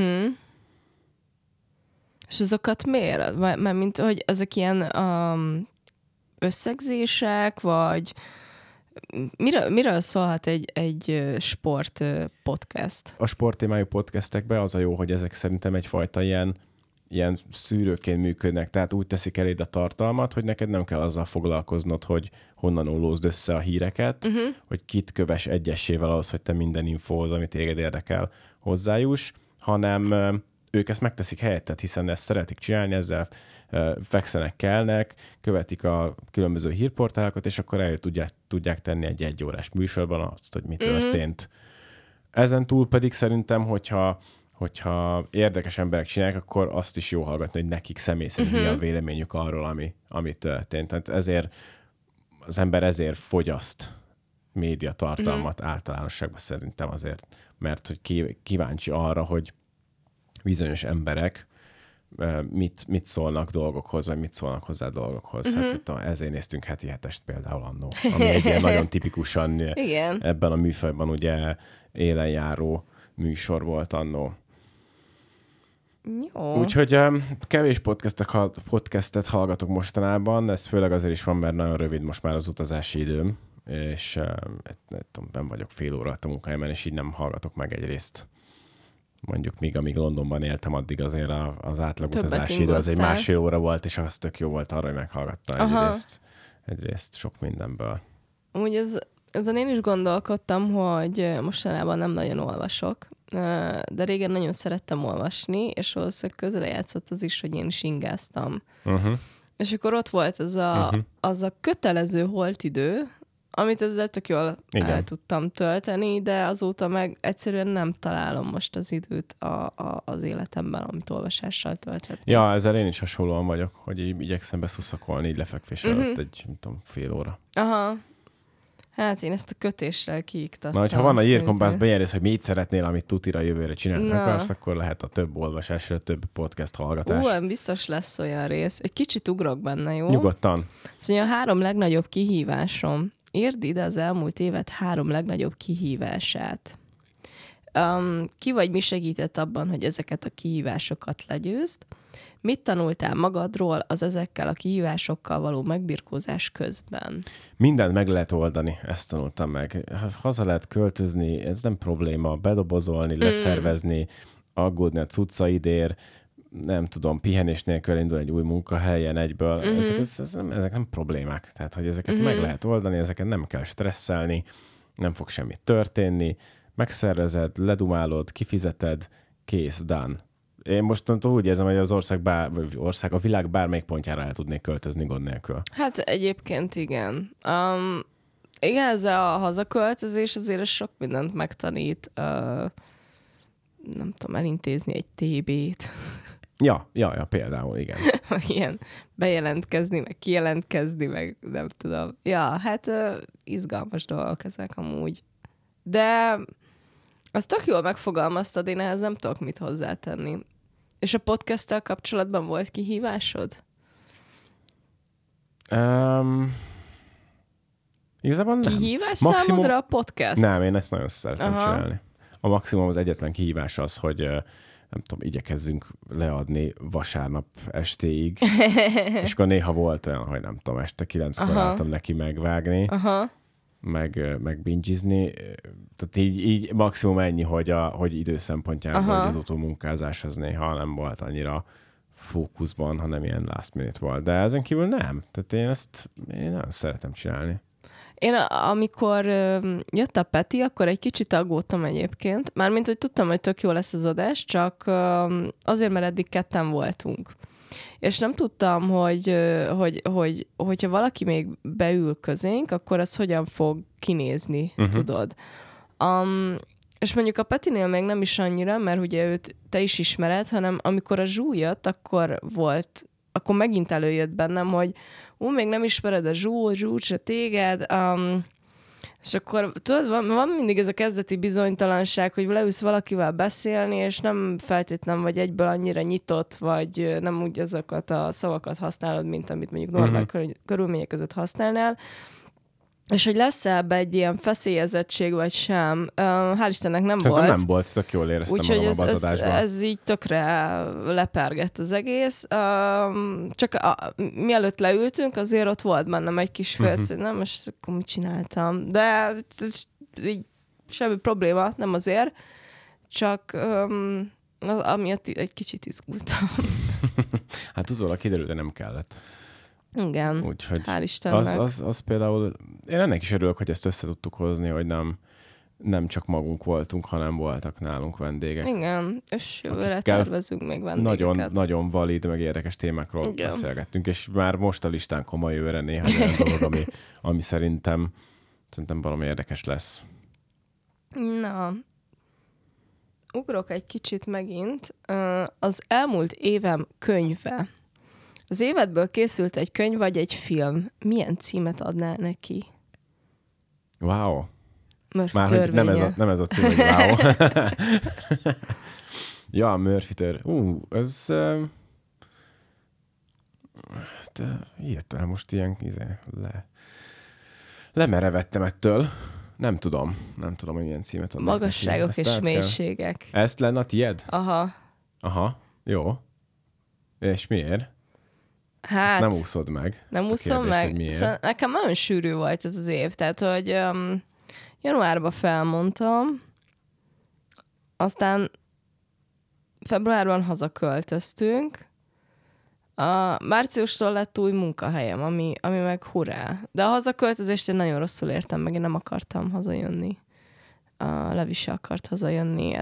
És azokat miért? Mert mint, hogy ezek ilyen összegzések, vagy miről szólhat egy sport podcast? A sporttémájú podcastekben az a jó, hogy ezek szerintem egyfajta ilyen ilyen szűrőként működnek, tehát úgy teszik eléd a tartalmat, hogy neked nem kell azzal foglalkoznod, hogy honnan ollózd össze a híreket, hogy kit kövess egyessével ahhoz, hogy te minden infóhoz, ami téged érdekel, hozzájuss, hanem ők ezt megteszik helyetted, hiszen ezt szeretik csinálni, ezzel fekszenek, kelnek, követik a különböző hírportálokat, és akkor el tudják tenni egy 1 órás műsorban azt, hogy mi történt. Ezen túl pedig szerintem, hogyha érdekes emberek csinálják, akkor azt is jó hallgatni, hogy nekik személy szerint mi a véleményük arról, ami történt. Tehát az ember ezért fogyaszt médiatartalmat általánosságban szerintem azért, mert hogy kíváncsi arra, hogy bizonyos emberek mit szólnak dolgokhoz, vagy mit szólnak hozzá dolgokhoz. Hát ezért néztünk heti hetest például annó, ami egy ilyen nagyon tipikusan ebben a műfajban ugye élenjáró műsor volt annó. Jó. Úgyhogy kevés podcastet hallgatok mostanában, ez főleg azért is van, mert nagyon rövid most már az utazási időm, és benn vagyok fél óra a munkahelyemen, és így nem hallgatok meg egy részt. Mondjuk amíg Londonban éltem, addig azért az átlag utazási idő az egy 1,5 óra volt, és az tök jó volt arra, hogy meghallgattam egyrészt sok mindenből. Úgy ezen én is gondolkodtam, hogy mostanában nem nagyon olvasok, de régen nagyon szerettem olvasni, és valószínűleg közrejátszott az is, hogy én is ingáztam. És akkor ott volt az a kötelező holtidő, amit ezzel tök jól el tudtam tölteni, de azóta meg egyszerűen nem találom most az időt az életemben, amit olvasással tölthetni. Ja, ezzel én is hasonlóan vagyok, hogy így igyekszem beszuszakolni így lefekvés előtt egy, nem tudom, fél óra. Aha. Hát én ezt a kötéssel kiiktattam. Na, hogyha van a Yearkompass bejárás, hogy mit szeretnél, amit tutira jövőre csinálni akarsz, akkor lehet a több olvasásra, több podcast hallgatás. Biztos lesz olyan rész. Egy kicsit ugrok benne, jó? Nyugodtan. Szóval a 3 legnagyobb kihívásom. Írd ide az elmúlt évet 3 legnagyobb kihívását. Ki vagy mi segített abban, hogy ezeket a kihívásokat legyőzd? Mit tanultál magadról az ezekkel a kihívásokkal való megbirkózás közben? Mindent meg lehet oldani, ezt tanultam meg. Haza lehet költözni, ez nem probléma, bedobozolni, leszervezni, aggódni a cuccaidért, nem tudom, pihenés nélkül indul egy új munkahelyen egyből. Ezek nem problémák. Tehát, hogy ezeket meg lehet oldani, ezeket nem kell stresszelni, nem fog semmi történni, megszervezed, ledumálod, kifizeted, kész, done. Én mostantól úgy érzem, hogy az a világ bármelyik pontjára el tudnék költözni gond nélkül. Hát egyébként igen. Igen, ez a hazaköltözés azért sok mindent megtanít. Nem tudom, elintézni egy TB-t. Ja, például, igen. Meg ilyen bejelentkezni, meg kijelentkezni, meg nem tudom. Ja, hát izgalmas dolgok ezek amúgy. De azt tök jól megfogalmaztad, én ehhez nem tudok mit hozzátenni. És a podcasttel kapcsolatban volt kihívásod? Igazából nem. Kihívás számodra a podcast? Nem, én ezt nagyon szeretem csinálni. A maximum az egyetlen kihívás az, hogy nem tudom, igyekezzünk leadni vasárnap estéig. És akkor néha volt olyan, hogy nem tudom, este 9-kor álltam neki megvágni, meg bingizni. Tehát így maximum ennyi, hogy idő szempontjából az utómunkázás az néha nem volt annyira fókuszban, hanem ilyen last minute volt. De ezen kívül nem. Tehát én nagyon szeretem csinálni. Én amikor jött a Peti, akkor egy kicsit aggódtam egyébként. Mármint, hogy tudtam, hogy tök jó lesz az adás, csak azért, mert eddig 2-en voltunk. És nem tudtam, hogyha valaki még beül közénk, akkor az hogyan fog kinézni, tudod. És mondjuk a Petinél még nem is annyira, mert ugye őt te is ismered, hanem amikor a Zsú jött, akkor megint előjött bennem, hogy még nem ismered a Zsút se téged, és akkor tudod, van mindig ez a kezdeti bizonytalanság, hogy leülsz valakivel beszélni, és nem feltétlenül vagy egyből annyira nyitott, vagy nem úgy azokat a szavakat használod, mint amit mondjuk normál körülmények között használnál. És hogy lesz ebbe egy ilyen feszélyezettség, vagy sem, hál' Istennek nem Szerintem volt. nem volt, tök jól éreztem magam abban az adásban. Ez így tökre lepergett az egész. Csak mielőtt leültünk, azért ott volt bennem egy kis félsz, hogy nem, most akkor mit csináltam. De így semmi probléma, nem azért. Csak Amiatt egy kicsit izgultam. Hát utólag kiderült, de nem kellett. Igen, úgyhogy hál' Istennek. Az például, én ennek is örülök, hogy ezt össze tudtuk hozni, hogy nem csak magunk voltunk, hanem voltak nálunk vendégek. Igen, és jövőre tervezünk még vendégeket. Nagyon, nagyon valid, meg érdekes témákról beszélgettünk, és már most a listánkon ma jövőre néhány olyan dolog, ami szerintem valami érdekes lesz. Na, ugrok egy kicsit megint. Az elmúlt évem könyve. Az évedből készült egy könyv, vagy egy film. Milyen címet adnál neki? Wow. Murphy már törvénye. Hogy nem ez a cím, hogy wow. Ja, Murphy törvénye. Ez... Hirtelen most ilyen lemerevettem ettől. Nem tudom, hogy milyen címet adnak. Magasságok és mélységek. Ezt lenne a tied? Aha, jó. És miért? Hát... Ezt nem úszod meg. Nem úszom meg? Szóval nekem nagyon sűrű volt ez az év, tehát, hogy januárban felmondtam, aztán februárban hazaköltöztünk, márciustól lett új munkahelyem, ami meg hurrá. De a hazaköltözést én nagyon rosszul értem meg, én nem akartam hazajönni. Levi se akart hazajönni.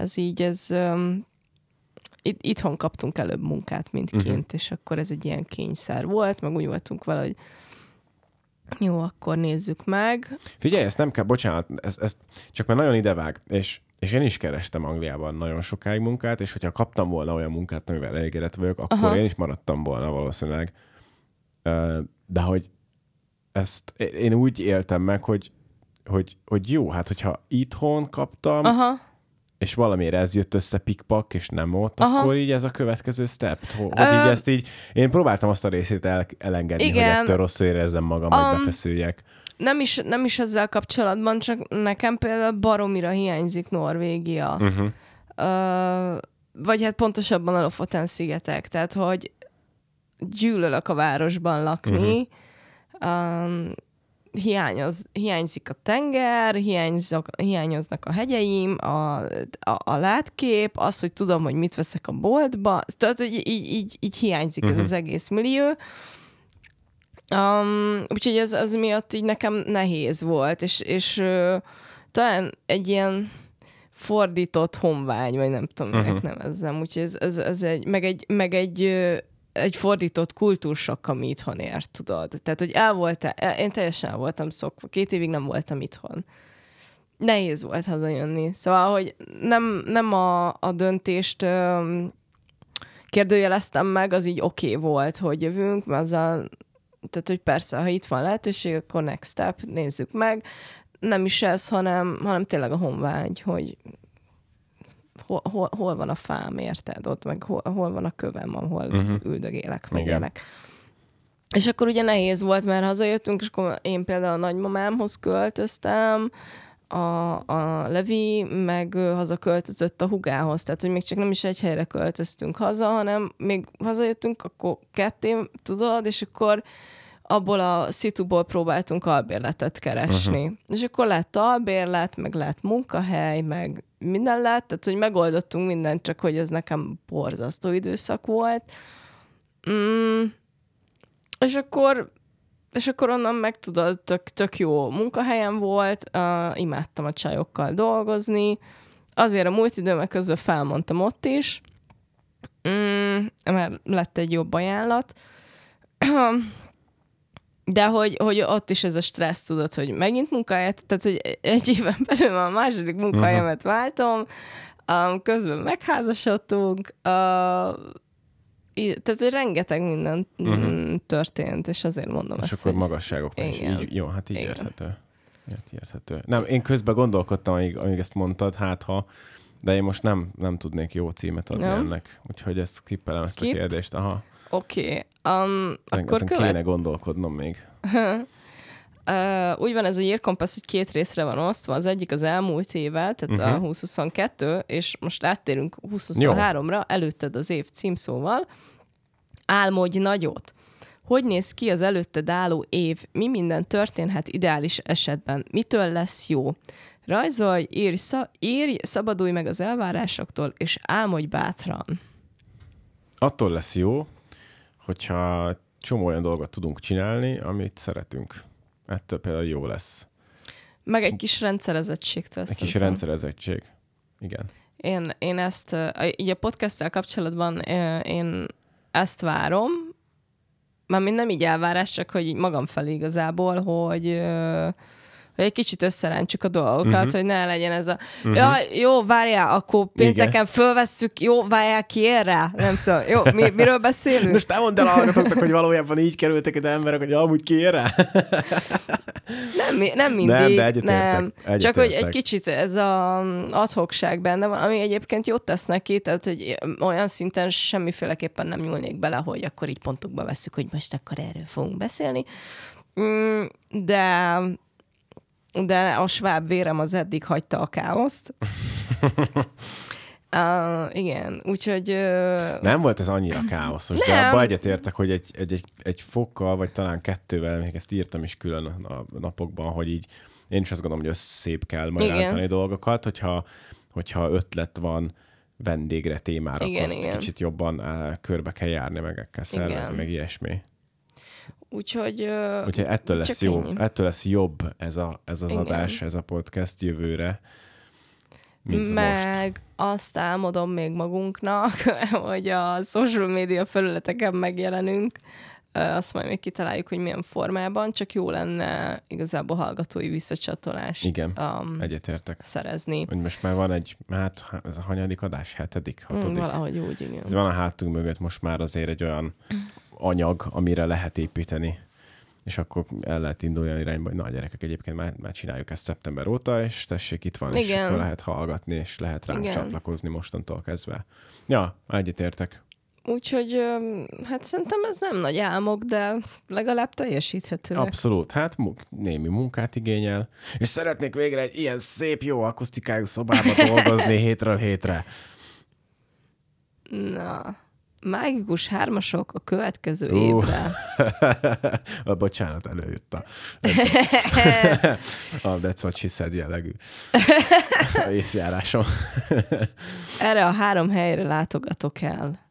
Itthon kaptunk előbb munkát, mint kint, és akkor ez egy ilyen kényszer volt, meg úgy voltunk vele, hogy jó, akkor nézzük meg. Figyelj, ezt nem kell, bocsánat, ez csak már nagyon idevág, és én is kerestem Angliában nagyon sokáig munkát, és hogyha kaptam volna olyan munkát, amivel elégedett vagyok, akkor én is maradtam volna valószínűleg. De hogy ezt én úgy éltem meg, hogy jó, hát hogyha itthon kaptam, és valamiért ez jött össze pikpak, és nem ott, akkor így ez a következő step. Hogy így ezt így... Én próbáltam azt a részét elengedni, igen, hogy ettől rosszul érezzem magam, hogy befeszüljek. Nem is ezzel kapcsolatban, csak nekem például baromira hiányzik Norvégia. Vagy hát pontosabban a Lofoten-szigetek. Tehát, hogy gyűlölök a városban lakni, hiányzik a tenger, hiányoznak a hegyeim, a látkép, az, hogy tudom, hogy mit veszek a boltba. Tehát, hogy így hiányzik ez az egész millió. Úgyhogy ez miatt így nekem nehéz volt, és talán egy ilyen fordított honvágy, vagy nem tudom, minek nevezzem. Úgyhogy ez egy fordított kultúrsokk, ami itthon ért, tudod. Tehát, hogy én teljesen el voltam szokva. 2 évig nem voltam itthon. Nehéz volt hazajönni. Szóval, hogy nem a döntést kérdőjeleztem meg, az így oké volt, hogy jövünk, mert tehát, hogy persze, ha itt van lehetőség, akkor next step, nézzük meg. Nem is ez, hanem tényleg a honvágy, hogy hol van a fám, érted? Ott meg hol van a kövem, ahol üldögélek, meg ilyenek. És akkor ugye nehéz volt, mert hazajöttünk, és akkor én például a nagymamámhoz költöztem, a Levi meg hazaköltözött a húgához, tehát hogy még csak nem is egy helyre költöztünk haza, hanem még hazajöttünk, akkor 2, tudod, és akkor abból a szituból próbáltunk albérletet keresni. És akkor lett albérlet, meg lett munkahely, meg minden lett, tehát hogy megoldottunk mindent, csak hogy ez nekem borzasztó időszak volt. És akkor onnan meg tudod, tök jó munkahelyem volt, imádtam a csajokkal dolgozni, azért a múlt időben közben felmondtam ott is, mert lett egy jobb ajánlat, de hogy ott is ez a stressz, tudod, hogy megint munkahelyet, tehát hogy egy éven belül a második munkahelyemet váltom, közben megházasodtunk, tehát, hogy rengeteg minden történt, és azért mondom és ezt. És akkor magasságok is. Jó, hát így érthető. Nem, én közben gondolkodtam, amíg ezt mondtad, de én most nem tudnék jó címet adni ennek. Úgyhogy ezt skippelem ezt a kérdést. Oké. Akkor kéne gondolkodnom még. Úgy van ez a Year Compass, hogy 2 részre van osztva. Az egyik az elmúlt évet, tehát a 2022, és most áttérünk 2023-ra, előtted az év címszóval. Álmodj nagyot! Hogy néz ki az előtted álló év? Mi minden történhet ideális esetben? Mitől lesz jó? Rajzolj, írj, szabadulj meg az elvárásoktól, és álmodj bátran. Attól lesz jó, hogyha csomó olyan dolgot tudunk csinálni, amit szeretünk. Ettől például jó lesz. Meg egy kis rendszerezettségtől. Egy kis rendszerezettség. Igen. Én ezt, így a podcasttel kapcsolatban én ezt várom, mármint nem így elvárás, csak hogy magam felé igazából, hogy egy kicsit összerántsuk a dolgokat, hogy ne legyen ez a ja, jó, várjál, akkor pénteken fölvesszük, jó, várjál ki erre? Nem tudom, jó, miről beszélünk? Most te mondd el a hallgatóknak, hogy valójában így kerültek ide emberek, hogy amúgy ki erre? Nem mindig. Nem, de egyetértek. Csak hogy egy kicsit ez az ad-hocság benne van, ami egyébként jót tesz neki, tehát hogy olyan szinten semmiféleképpen nem nyúlnék bele, hogy akkor így pontokba vesszük, hogy most akkor erről fogunk beszélni. De a sváb vérem az eddig hagyta a káoszt. Igen, úgyhogy... Nem volt ez annyira káoszos, de abban egyetértek, hogy egy fokkal, vagy talán 2-vel, még ezt írtam is külön a napokban, hogy így én is azt gondolom, hogy szép kell majd rántani dolgokat, hogyha ötlet van vendégre, témára, akkor azt kicsit jobban körbe kell járni, meg kell szervezni, meg ilyesmi. Úgyhogy ettől lesz jó, ettől lesz jobb ez az adás, ez a podcast jövőre, mint meg most. Azt álmodom még magunknak, hogy a social media felületeken megjelenünk, azt majd még kitaláljuk, hogy milyen formában, csak jó lenne igazából hallgatói visszacsatolást egyetértek. Szerezni. Hogy most már van ez a hanyadik adás? 7., 6. Valahogy úgy, igen. Van a hátunk mögött most már azért egy olyan anyag, amire lehet építeni, és akkor el lehet indulni olyan irányba, hogy na, gyerekek, egyébként már csináljuk ezt szeptember óta, és tessék, itt van, és akkor lehet hallgatni, és lehet ránk csatlakozni mostantól kezdve. Ja, egyetértek. Úgyhogy hát szerintem ez nem nagy álmok, de legalább teljesíthetőek. Abszolút, hát némi munkát igényel, és szeretnék végre egy ilyen szép, jó akusztikájú szobába dolgozni hétről hétre. Na... Mágikus 3-asok a következő évre. Bocsánat, előjött a that's what she said jellegű észjárásom. Erre a 3 helyre látogatok el.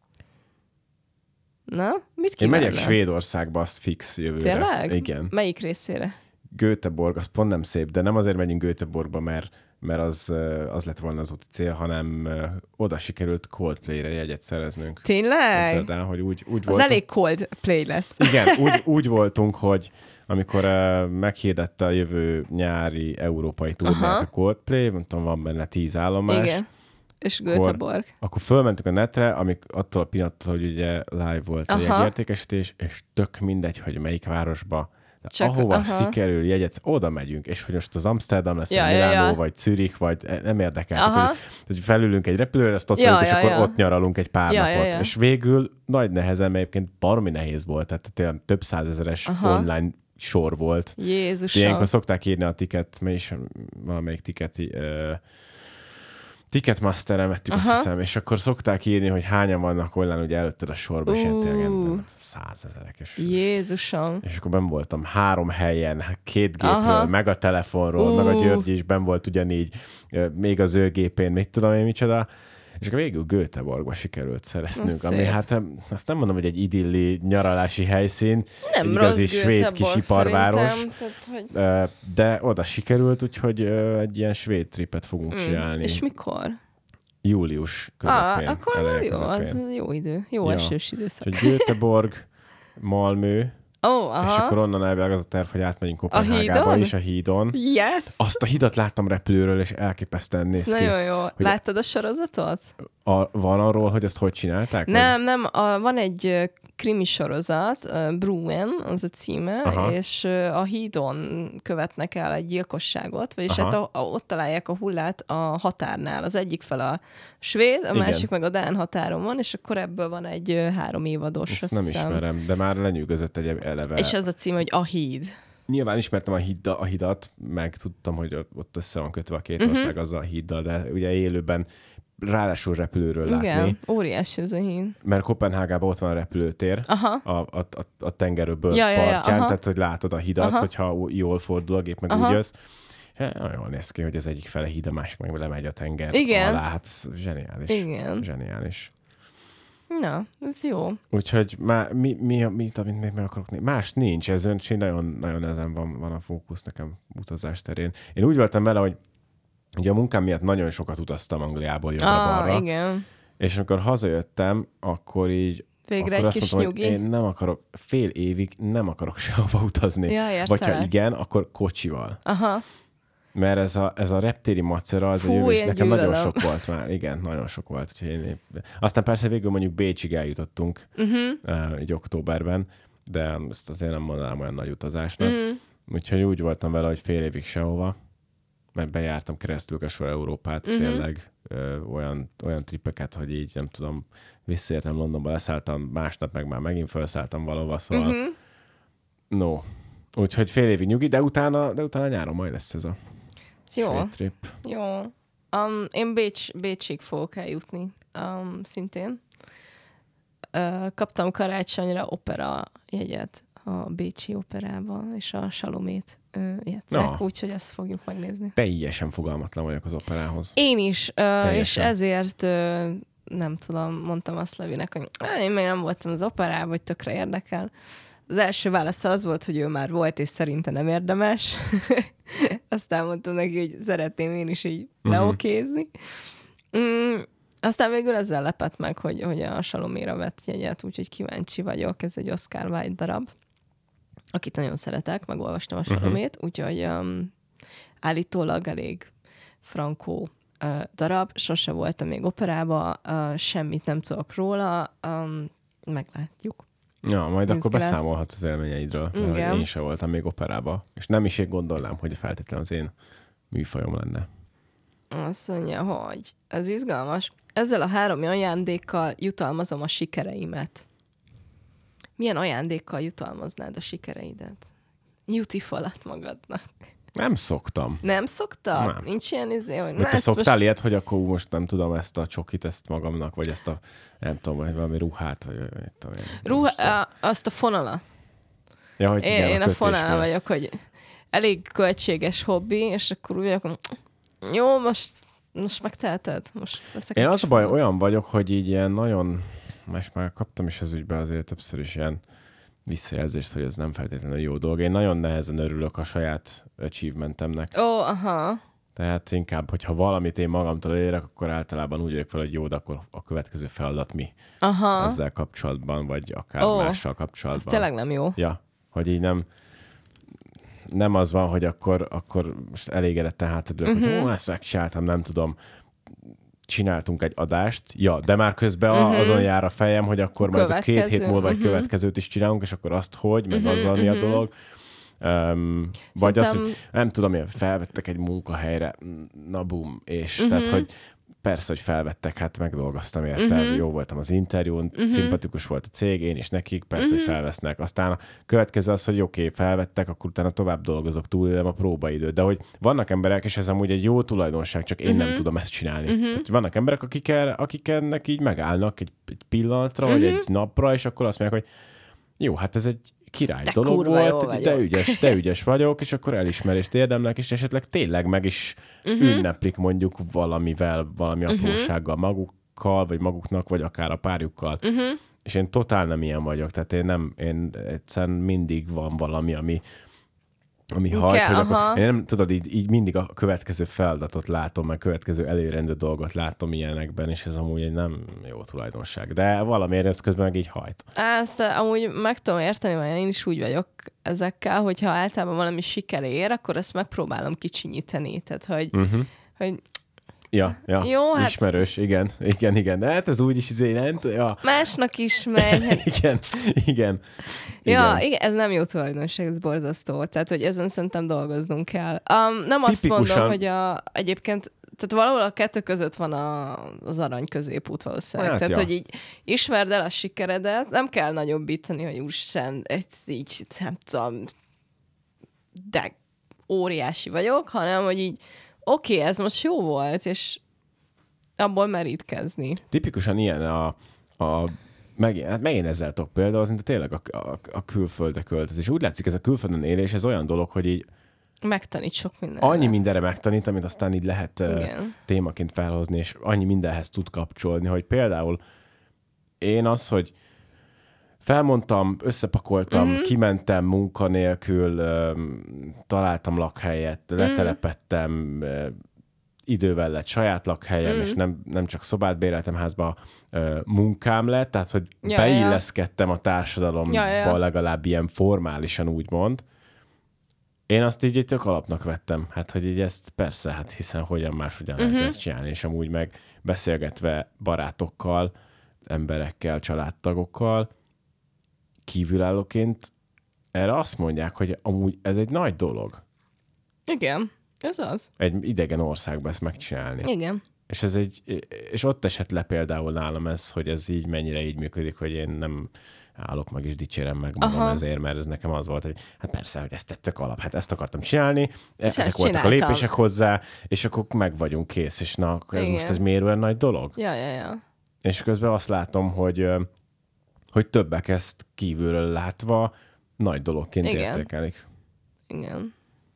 Na, mit kívánna? Én megyek Svédországba, azt fix jövőre. Tényleg? Igen. Melyik részére? Göteborg, az pont nem szép, de nem azért megyünk Göteborgba, mert az lett volna az úti cél, hanem oda sikerült Coldplay-re jegyet szereznünk. Tényleg? El, hogy úgy az voltunk. elég Coldplay lesz. Igen, úgy voltunk, hogy amikor meghirdette a jövő nyári európai turnát a Coldplay, mondtam, van benne 10 állomás. Igen. És Göteborg. Akkor fölmentünk a netre, attól a pillanattól, hogy ugye live volt a jegyértékesítés, és tök mindegy, hogy melyik városba, ahova sikerül jegyet, oda megyünk, és hogy most az Amsterdam lesz, vagy Milánó, vagy Zürich, vagy nem érdekel. Tehát, hogy felülünk egy repülőre, azt ott vagyunk, és akkor ott nyaralunk egy pár napot. És végül nagy nehezen, mert egyébként baromi nehéz volt, tehát tényleg több százezeres online sor volt. Jézusom. Ilyenkor szokták írni a ticket, mely is valamelyik Ticketmasteren vettük, azt hiszem, és akkor szokták írni, hogy hányan vannak online ugye előtted a sorban, és ilyen tényleg 100 000. Jézusom. És akkor benn voltam 3 helyen, 2 gépről, meg a telefonról, meg a György is benn volt ugyanígy, még az ő gépén, mit tudom én micsoda. És akkor végül Göteborgba sikerült szereznünk, ami hát azt nem mondom, hogy egy idilli nyaralási helyszín, nem egy igazi rossz svéd kisiparváros, hogy... de oda sikerült, úgyhogy egy ilyen svéd tripet fogunk csinálni. És mikor? Július közepén. Akkor jó, az jó idő, jó esős időszak. És Göteborg, Malmö, és akkor onnan elvileg az a terv, hogy átmegyünk Kopenhágába is a hídon. Yes! Azt a hidat láttam repülőről, és elképesztően néz ki. Nagyon jó. Láttad a sorozatot? Van arról, hogy ezt hogy csinálták? Nem. Van egy krimi sorozat, Bruen, az a címe, és a hídon követnek el egy gyilkosságot, vagyis hát ott találják a hullát a határnál. Az egyik fel a svéd, a másik meg a dán határon van, és akkor ebből van egy 3 évados. Ezt nem ismerem, de már lenyűgözött egy eleve. És az a cím, hogy A híd. Nyilván ismertem a hidat, meg tudtam, hogy ott össze van kötve a két ország azzal a híddal, de ugye élőben ráadásul repülőről látni. Igen, óriási ez a híd. Mert Kopenhágában ott van a repülőtér a tengerőből partján, tehát hogy látod a hidat, hogyha jól fordul a gép, meg úgy jössz. nagyon jól néz ki, hogy az egyik fele híd, a másik meg lemegy a tenger alá. Hát zseniális. Igen. Zseniális. Na, ez jó. Úgyhogy amit még meg akarok nézni? Más nincs, ez nagyon ezen van a fókusz nekem utazás terén. Én úgy voltam vele, hogy ugye a munkám miatt nagyon sokat utaztam Angliából jobbra-balra. Igen. És amikor hazajöttem, akkor így végre akkor egy kis mondtam, nyugi. Hogy én nem akarok, fél évig nem akarok sehova utazni. Ja, vagy ha igen, akkor kocsival. Aha. Mert ez a reptéri macera, az a jövő, és nekem nagyon sok volt már. Igen, nagyon sok volt. Úgyhogy aztán persze végül mondjuk Bécsig eljutottunk így októberben, de ezt azért nem mondanám olyan nagy utazásnak. Úgyhogy úgy voltam vele, hogy fél évig sehova, mert bejártam keresztül Európát, tényleg olyan trippeket, hogy így nem tudom, visszaértem Londonba, leszálltam, másnap meg már megint felszálltam valahova, szóval no. Úgyhogy fél évig nyugi, de utána nyáron majd lesz ez a trip. Jó. Én Bécsig fogok eljutni szintén. Kaptam karácsonyra opera jegyet a Bécsi operába, és a Salomét játsszák, úgyhogy ezt fogjuk megnézni. Teljesen fogalmatlan vagyok az operához. Én is, és ezért nem tudom, mondtam azt Levinek, hogy én még nem voltam az operában, hogy tökre érdekel. Az első válasz az volt, hogy ő már volt, és szerinte nem érdemes. Aztán mondtam neki, hogy szeretném én is így leokézni. Aztán végül ezzel lepett meg, hogy a Saloméra vett jegyet, úgyhogy kíváncsi vagyok. Ez egy Oscar Wilde darab, akit nagyon szeretek, megolvastam a Salomét, úgyhogy állítólag elég frankó darab. Sose voltam még operába, semmit nem tudok róla, meglátjuk. Ja, majd akkor beszámolhatsz az élményeidről. Én sem voltam még operába, és nem is én gondolnám, hogy feltétlenül az én műfajom lenne. Azt mondja, hogy ez izgalmas. Ezzel a 3 ajándékkal jutalmazom a sikereimet. Milyen ajándékkal jutalmaznád a sikereidet? Juti-falat magadnak. Nem szoktam. Nem szoktad? Nem. Nincs ilyen hogy... Te szoktál ilyet, hogy akkor most nem tudom ezt a csokit, ezt magamnak, vagy ezt a, nem tudom, vagy valami ruhát, vagy azt a fonalat. Ja, hogy igen, én a fonál vagyok, hogy elég költséges hobbi, és akkor úgy vagyok, jó, most megteheted. Én az a baj, olyan vagyok, hogy így ilyen nagyon, most már kaptam is az ügybe azért többször is ilyen visszajelzést, hogy ez nem feltétlenül jó dolog. Én nagyon nehezen örülök a saját achievementemnek. Aha. Tehát inkább, hogyha valamit én magamtól elérek, akkor általában úgy vagyok fel, hogy jó, de akkor a következő feladat mi ezzel kapcsolatban, vagy akár mással kapcsolatban. Ez tényleg nem jó. Ja, hogy így nem az van, hogy akkor most elégedetten hátradőlök, hogy ezt megcsináltam, nem tudom, csináltunk egy adást, de már közben azon jár a fejem, hogy akkor majd a 2 hét múlva egy következőt is csinálunk, és akkor azt meg azzal mi a dolog. Vagy azt, hogy nem tudom, felvettek egy munkahelyre, na bum, és tehát, hogy persze, hogy felvettek, hát megdolgoztam érte, jó voltam az interjún, szimpatikus volt a cég, én is nekik, persze, hogy felvesznek. Aztán a következő az, hogy oké, felvettek, akkor utána tovább dolgozok, túlélem a próbaidőt. De hogy vannak emberek, és ez amúgy egy jó tulajdonság, csak én nem tudom ezt csinálni. Tehát vannak emberek, akik ennek így megállnak egy pillanatra, vagy egy napra, és akkor azt mondják, hogy jó, hát ez egy király dolog volt, de ügyes vagyok, és akkor elismerést érdemlek, és esetleg tényleg meg is ünneplik mondjuk valami aprósággal magukkal, vagy maguknak, vagy akár a párjukkal. És én totál nem ilyen vagyok, tehát én egyszerűen mindig van valami, ami hajt, hogy akkor, én nem tudod, így mindig a következő feladatot látom, meg következő elérendő dolgot látom ilyenekben, és ez amúgy egy nem jó tulajdonság. De valamiért ez közben meg így hajt. Ezt amúgy meg tudom érteni, mert én is úgy vagyok ezekkel, hogyha általában valami siker ér, akkor ezt megpróbálom kicsinyíteni. Tehát, hogy Ja, jó, hát... ismerős, igen. De hát ez úgyis nem ja. Másnak is megy. igen. Ja, igen, ez nem jó tulajdonság, ez borzasztó. Tehát, hogy ezen szerintem dolgoznunk kell. Nem azt mondom, hogy egyébként, tehát valahol a kettő között van az arany középút valószínűleg. Hát, tehát, hogy így ismerd el a sikeredet, nem kell nagyobbítani, hogy úristen, így nem tudom, de óriási vagyok, hanem, hogy így oké, ez most jó volt, és abból merítkezni. Tipikusan ilyen megint ezzel tudok például, de tényleg a külföldre költöz. És úgy látszik, ez a külföldön élés, ez olyan dolog, hogy így Megtanít sok minden. Annyi mindenre megtanít, amit aztán így lehet témaként felhozni, és annyi mindenhez tud kapcsolni, hogy például én az, hogy felmondtam, összepakoltam, kimentem munkanélkül, találtam lakhelyet, letelepedtem, idővel lett saját lakhelyem, és nem csak szobát béreltem házba, munkám lett, tehát hogy beilleszkedtem a társadalomba legalább ilyen formálisan úgymond. Én azt így tök alapnak vettem. Hát, hogy így ezt persze, hát hiszen hogyan máshogyan lehet ezt csinálni, és amúgy meg beszélgetve barátokkal, emberekkel, családtagokkal, kívülállóként erre azt mondják, hogy amúgy ez egy nagy dolog. Igen, ez az. Egy idegen országban ezt megcsinálni. Igen. És ott esett le például nálam ez, hogy ez így mennyire így működik, hogy én nem állok meg és dicsérem meg magam ezért, mert ez nekem az volt, hogy hát persze, hogy ez tök alap, hát ezt akartam csinálni, ezek voltak a lépések hozzá, és akkor meg vagyunk kész, és na, ez most ez miért olyan nagy dolog? Ja. És közben azt látom, hogy többek ezt kívülről látva nagy dologként értékelik. Igen.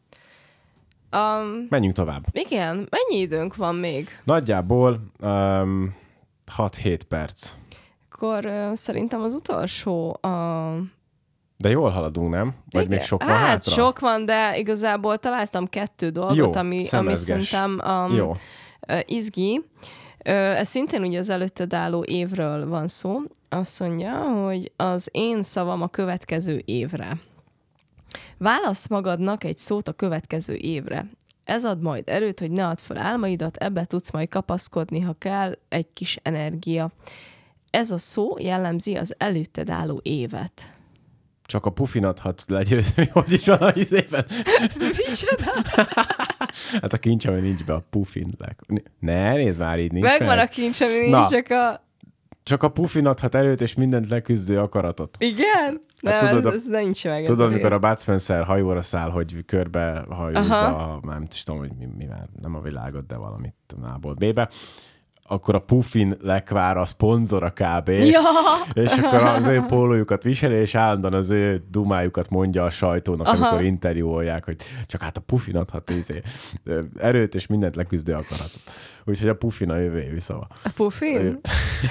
Menjünk tovább. Igen, mennyi időnk van még? Nagyjából 6-7 perc. Akkor szerintem az utolsó... De jól haladunk, nem? Vagy még sok van hátra? Sok van, de igazából találtam 2 dolgot, ami szerintem izgi. Ez szintén ugye az előtted álló évről van szó. Azt mondja, hogy az én szavam a következő évre. Válasz magadnak egy szót a következő évre. Ez ad majd erőt, hogy ne add fel álmaidat, ebbe tudsz majd kapaszkodni, ha kell, egy kis energia. Ez a szó jellemzi az előtted álló évet. Csak a pufin adhat legyőzni, hogy is van a izében. Micsoda? Hát a kincs, ami nincs be, a pufin. Ne, nézd már, így nincs. Megvan a kincs, ami nincs, csak a pufin adhat erőt, és mindent leküzdő akaratot. Igen? Hát nem, ez nincs meg. Tudod, mikor a Bud Spencer hajóra száll, hogy körbe hajózza, nem tudom, hogy mivel, nem a világot, de valamit A-ból B-be, akkor a Puffin lekvár a szponzora kb. Ja. És akkor az ő pólójukat viseli, és állandóan az ő dumájukat mondja a sajtónak, amikor interjúolják, hogy csak hát a Puffin adhat erőt, és mindent leküzdő akaratot. Úgyhogy a Puffin a jövő évi szava. A Puffin?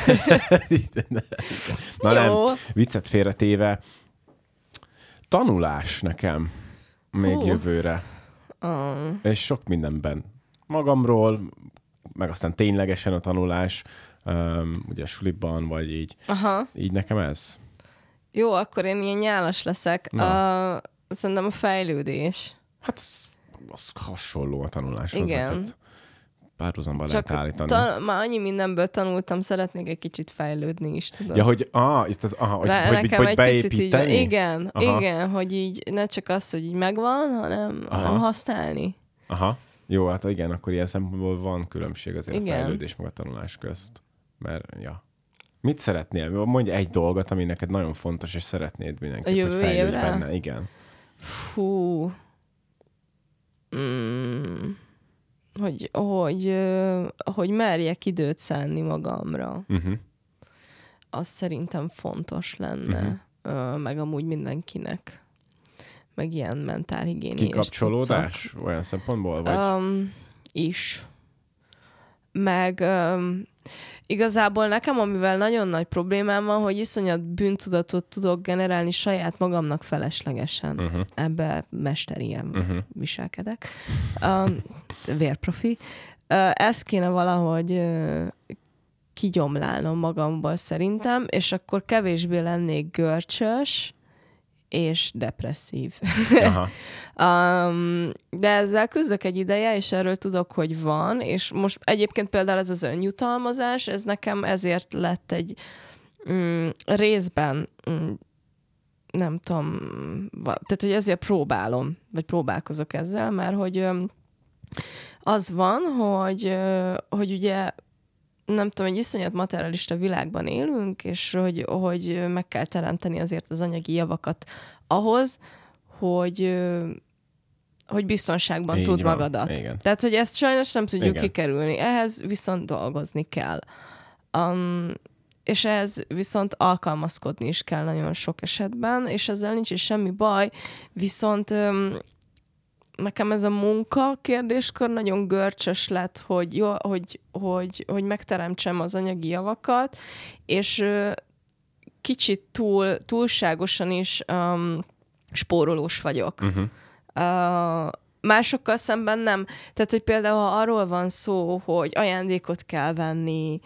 Na nem, viccet félretéve. Tanulás nekem még jövőre. És sok mindenben. Magamról, meg aztán ténylegesen a tanulás, ugye a suliban, vagy így. Így nekem ez. Jó, akkor én ilyen nyálas leszek. Szerintem a fejlődés. Hát az hasonló a tanuláshoz. Igen. Párhuzamban lehet állítani. Már annyi mindenből tanultam, szeretnék egy kicsit fejlődni is, tudod. Ja, hogy, hogy beépíteni? Így, igen, hogy így ne csak az, hogy így megvan, hanem használni. Aha. Jó, hát igen, akkor ilyen szempontból van különbség azért a fejlődés meg a tanulás közt. Mert, mit szeretnél? Mondj egy dolgot, ami neked nagyon fontos, és szeretnéd mindenképp, hogy fejlődj benne. Igen. Fú. Hogy merjek időt szánni magamra. Az szerintem fontos lenne. Meg amúgy mindenkinek. Meg ilyen mentálhigiéniás kikapcsolódás? Olyan szempontból? Vagy? Is. Meg igazából nekem, amivel nagyon nagy problémám van, hogy iszonyat bűntudatot tudok generálni saját magamnak feleslegesen. Ebbe mesterien viselkedek. Vérprofi. Ezt kéne valahogy kigyomlálnom magamból szerintem, és akkor kevésbé lennék görcsös, és depresszív. De ezzel küzdök egy ideje, és erről tudok, hogy van, és most egyébként például ez az önjutalmazás, ez nekem ezért lett egy részben, nem tudom, tehát, hogy ezért próbálom, vagy próbálkozok ezzel, mert hogy az van, hogy ugye nem tudom, egy iszonyat materialista világban élünk, és hogy meg kell teremteni azért az anyagi javakat ahhoz, hogy biztonságban így tud van, magadat. Igen. Tehát, hogy ezt sajnos nem tudjuk kikerülni. Ehhez viszont dolgozni kell. És ehhez viszont alkalmazkodni is kell nagyon sok esetben, és ezzel nincs is semmi baj, viszont nekem ez a munka kérdéskör nagyon görcsös lett, hogy megteremtsem az anyagi javakat, és kicsit túlságosan is spórolós vagyok. Másokkal szemben nem. Tehát, hogy például arról van szó, hogy ajándékot kell venni,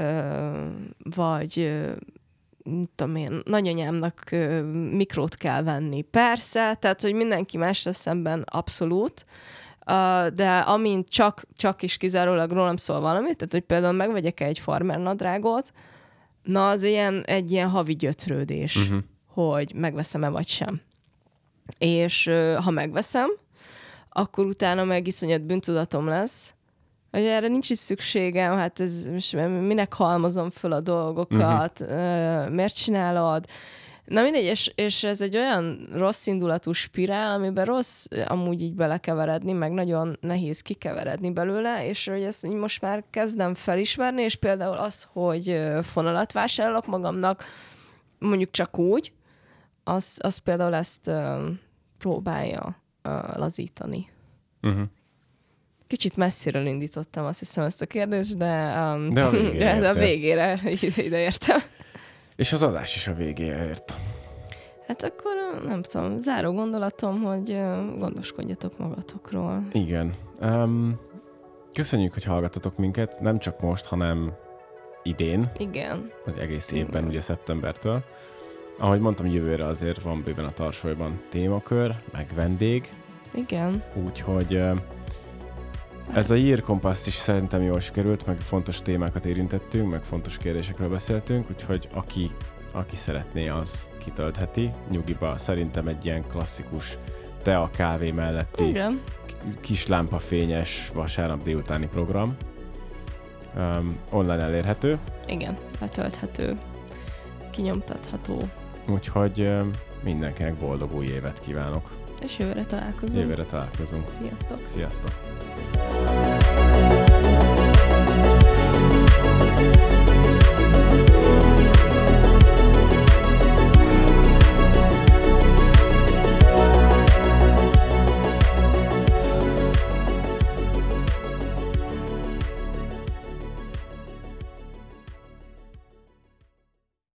vagy tudom én, nagyanyámnak mikrót kell venni. Persze, tehát, hogy mindenki mással szemben abszolút, de amint csak is kizárólag rólam szól valamit, tehát, hogy például megvegyek egy farmer nadrágot, na az egy ilyen havi gyötrődés, hogy megveszem-e vagy sem. És ha megveszem, akkor utána meg iszonyat bűntudatom lesz, hogy erre nincs is szükségem, hát ez most minek halmozom föl a dolgokat, miért csinálod? Na mindegy, és ez egy olyan rossz indulatú spirál, amiben rossz amúgy így belekeveredni, meg nagyon nehéz kikeveredni belőle, és hogy ezt most már kezdem felismerni, és például az, hogy fonalat vásárolok magamnak, mondjuk csak úgy, az például ezt próbálja lazítani. Kicsit messziről indítottam, azt hiszem, ezt a kérdést, de a végére ide értem. És az adás is a végére ért. Hát akkor nem tudom, záró gondolatom, hogy gondoskodjatok magatokról. Igen. Köszönjük, hogy hallgattatok minket, nem csak most, hanem idén. Igen. Vagy egész évben, ugye szeptembertől. Ahogy mondtam, jövőre azért van bőven a Tarsolyban témakör, meg vendég. Igen. Úgyhogy ez a Year Compass is szerintem jól sikerült, meg fontos témákat érintettünk, meg fontos kérdésekről beszéltünk, úgyhogy aki szeretné, az kitöltheti. Nyugiba szerintem egy ilyen klasszikus tea, kávé melletti kis lámpafényes vasárnap délutáni program. Online elérhető. Igen, letölthető, kinyomtatható. Úgyhogy mindenkinek boldog új évet kívánok. És jövőre találkozunk. Sziasztok. Sziasztok.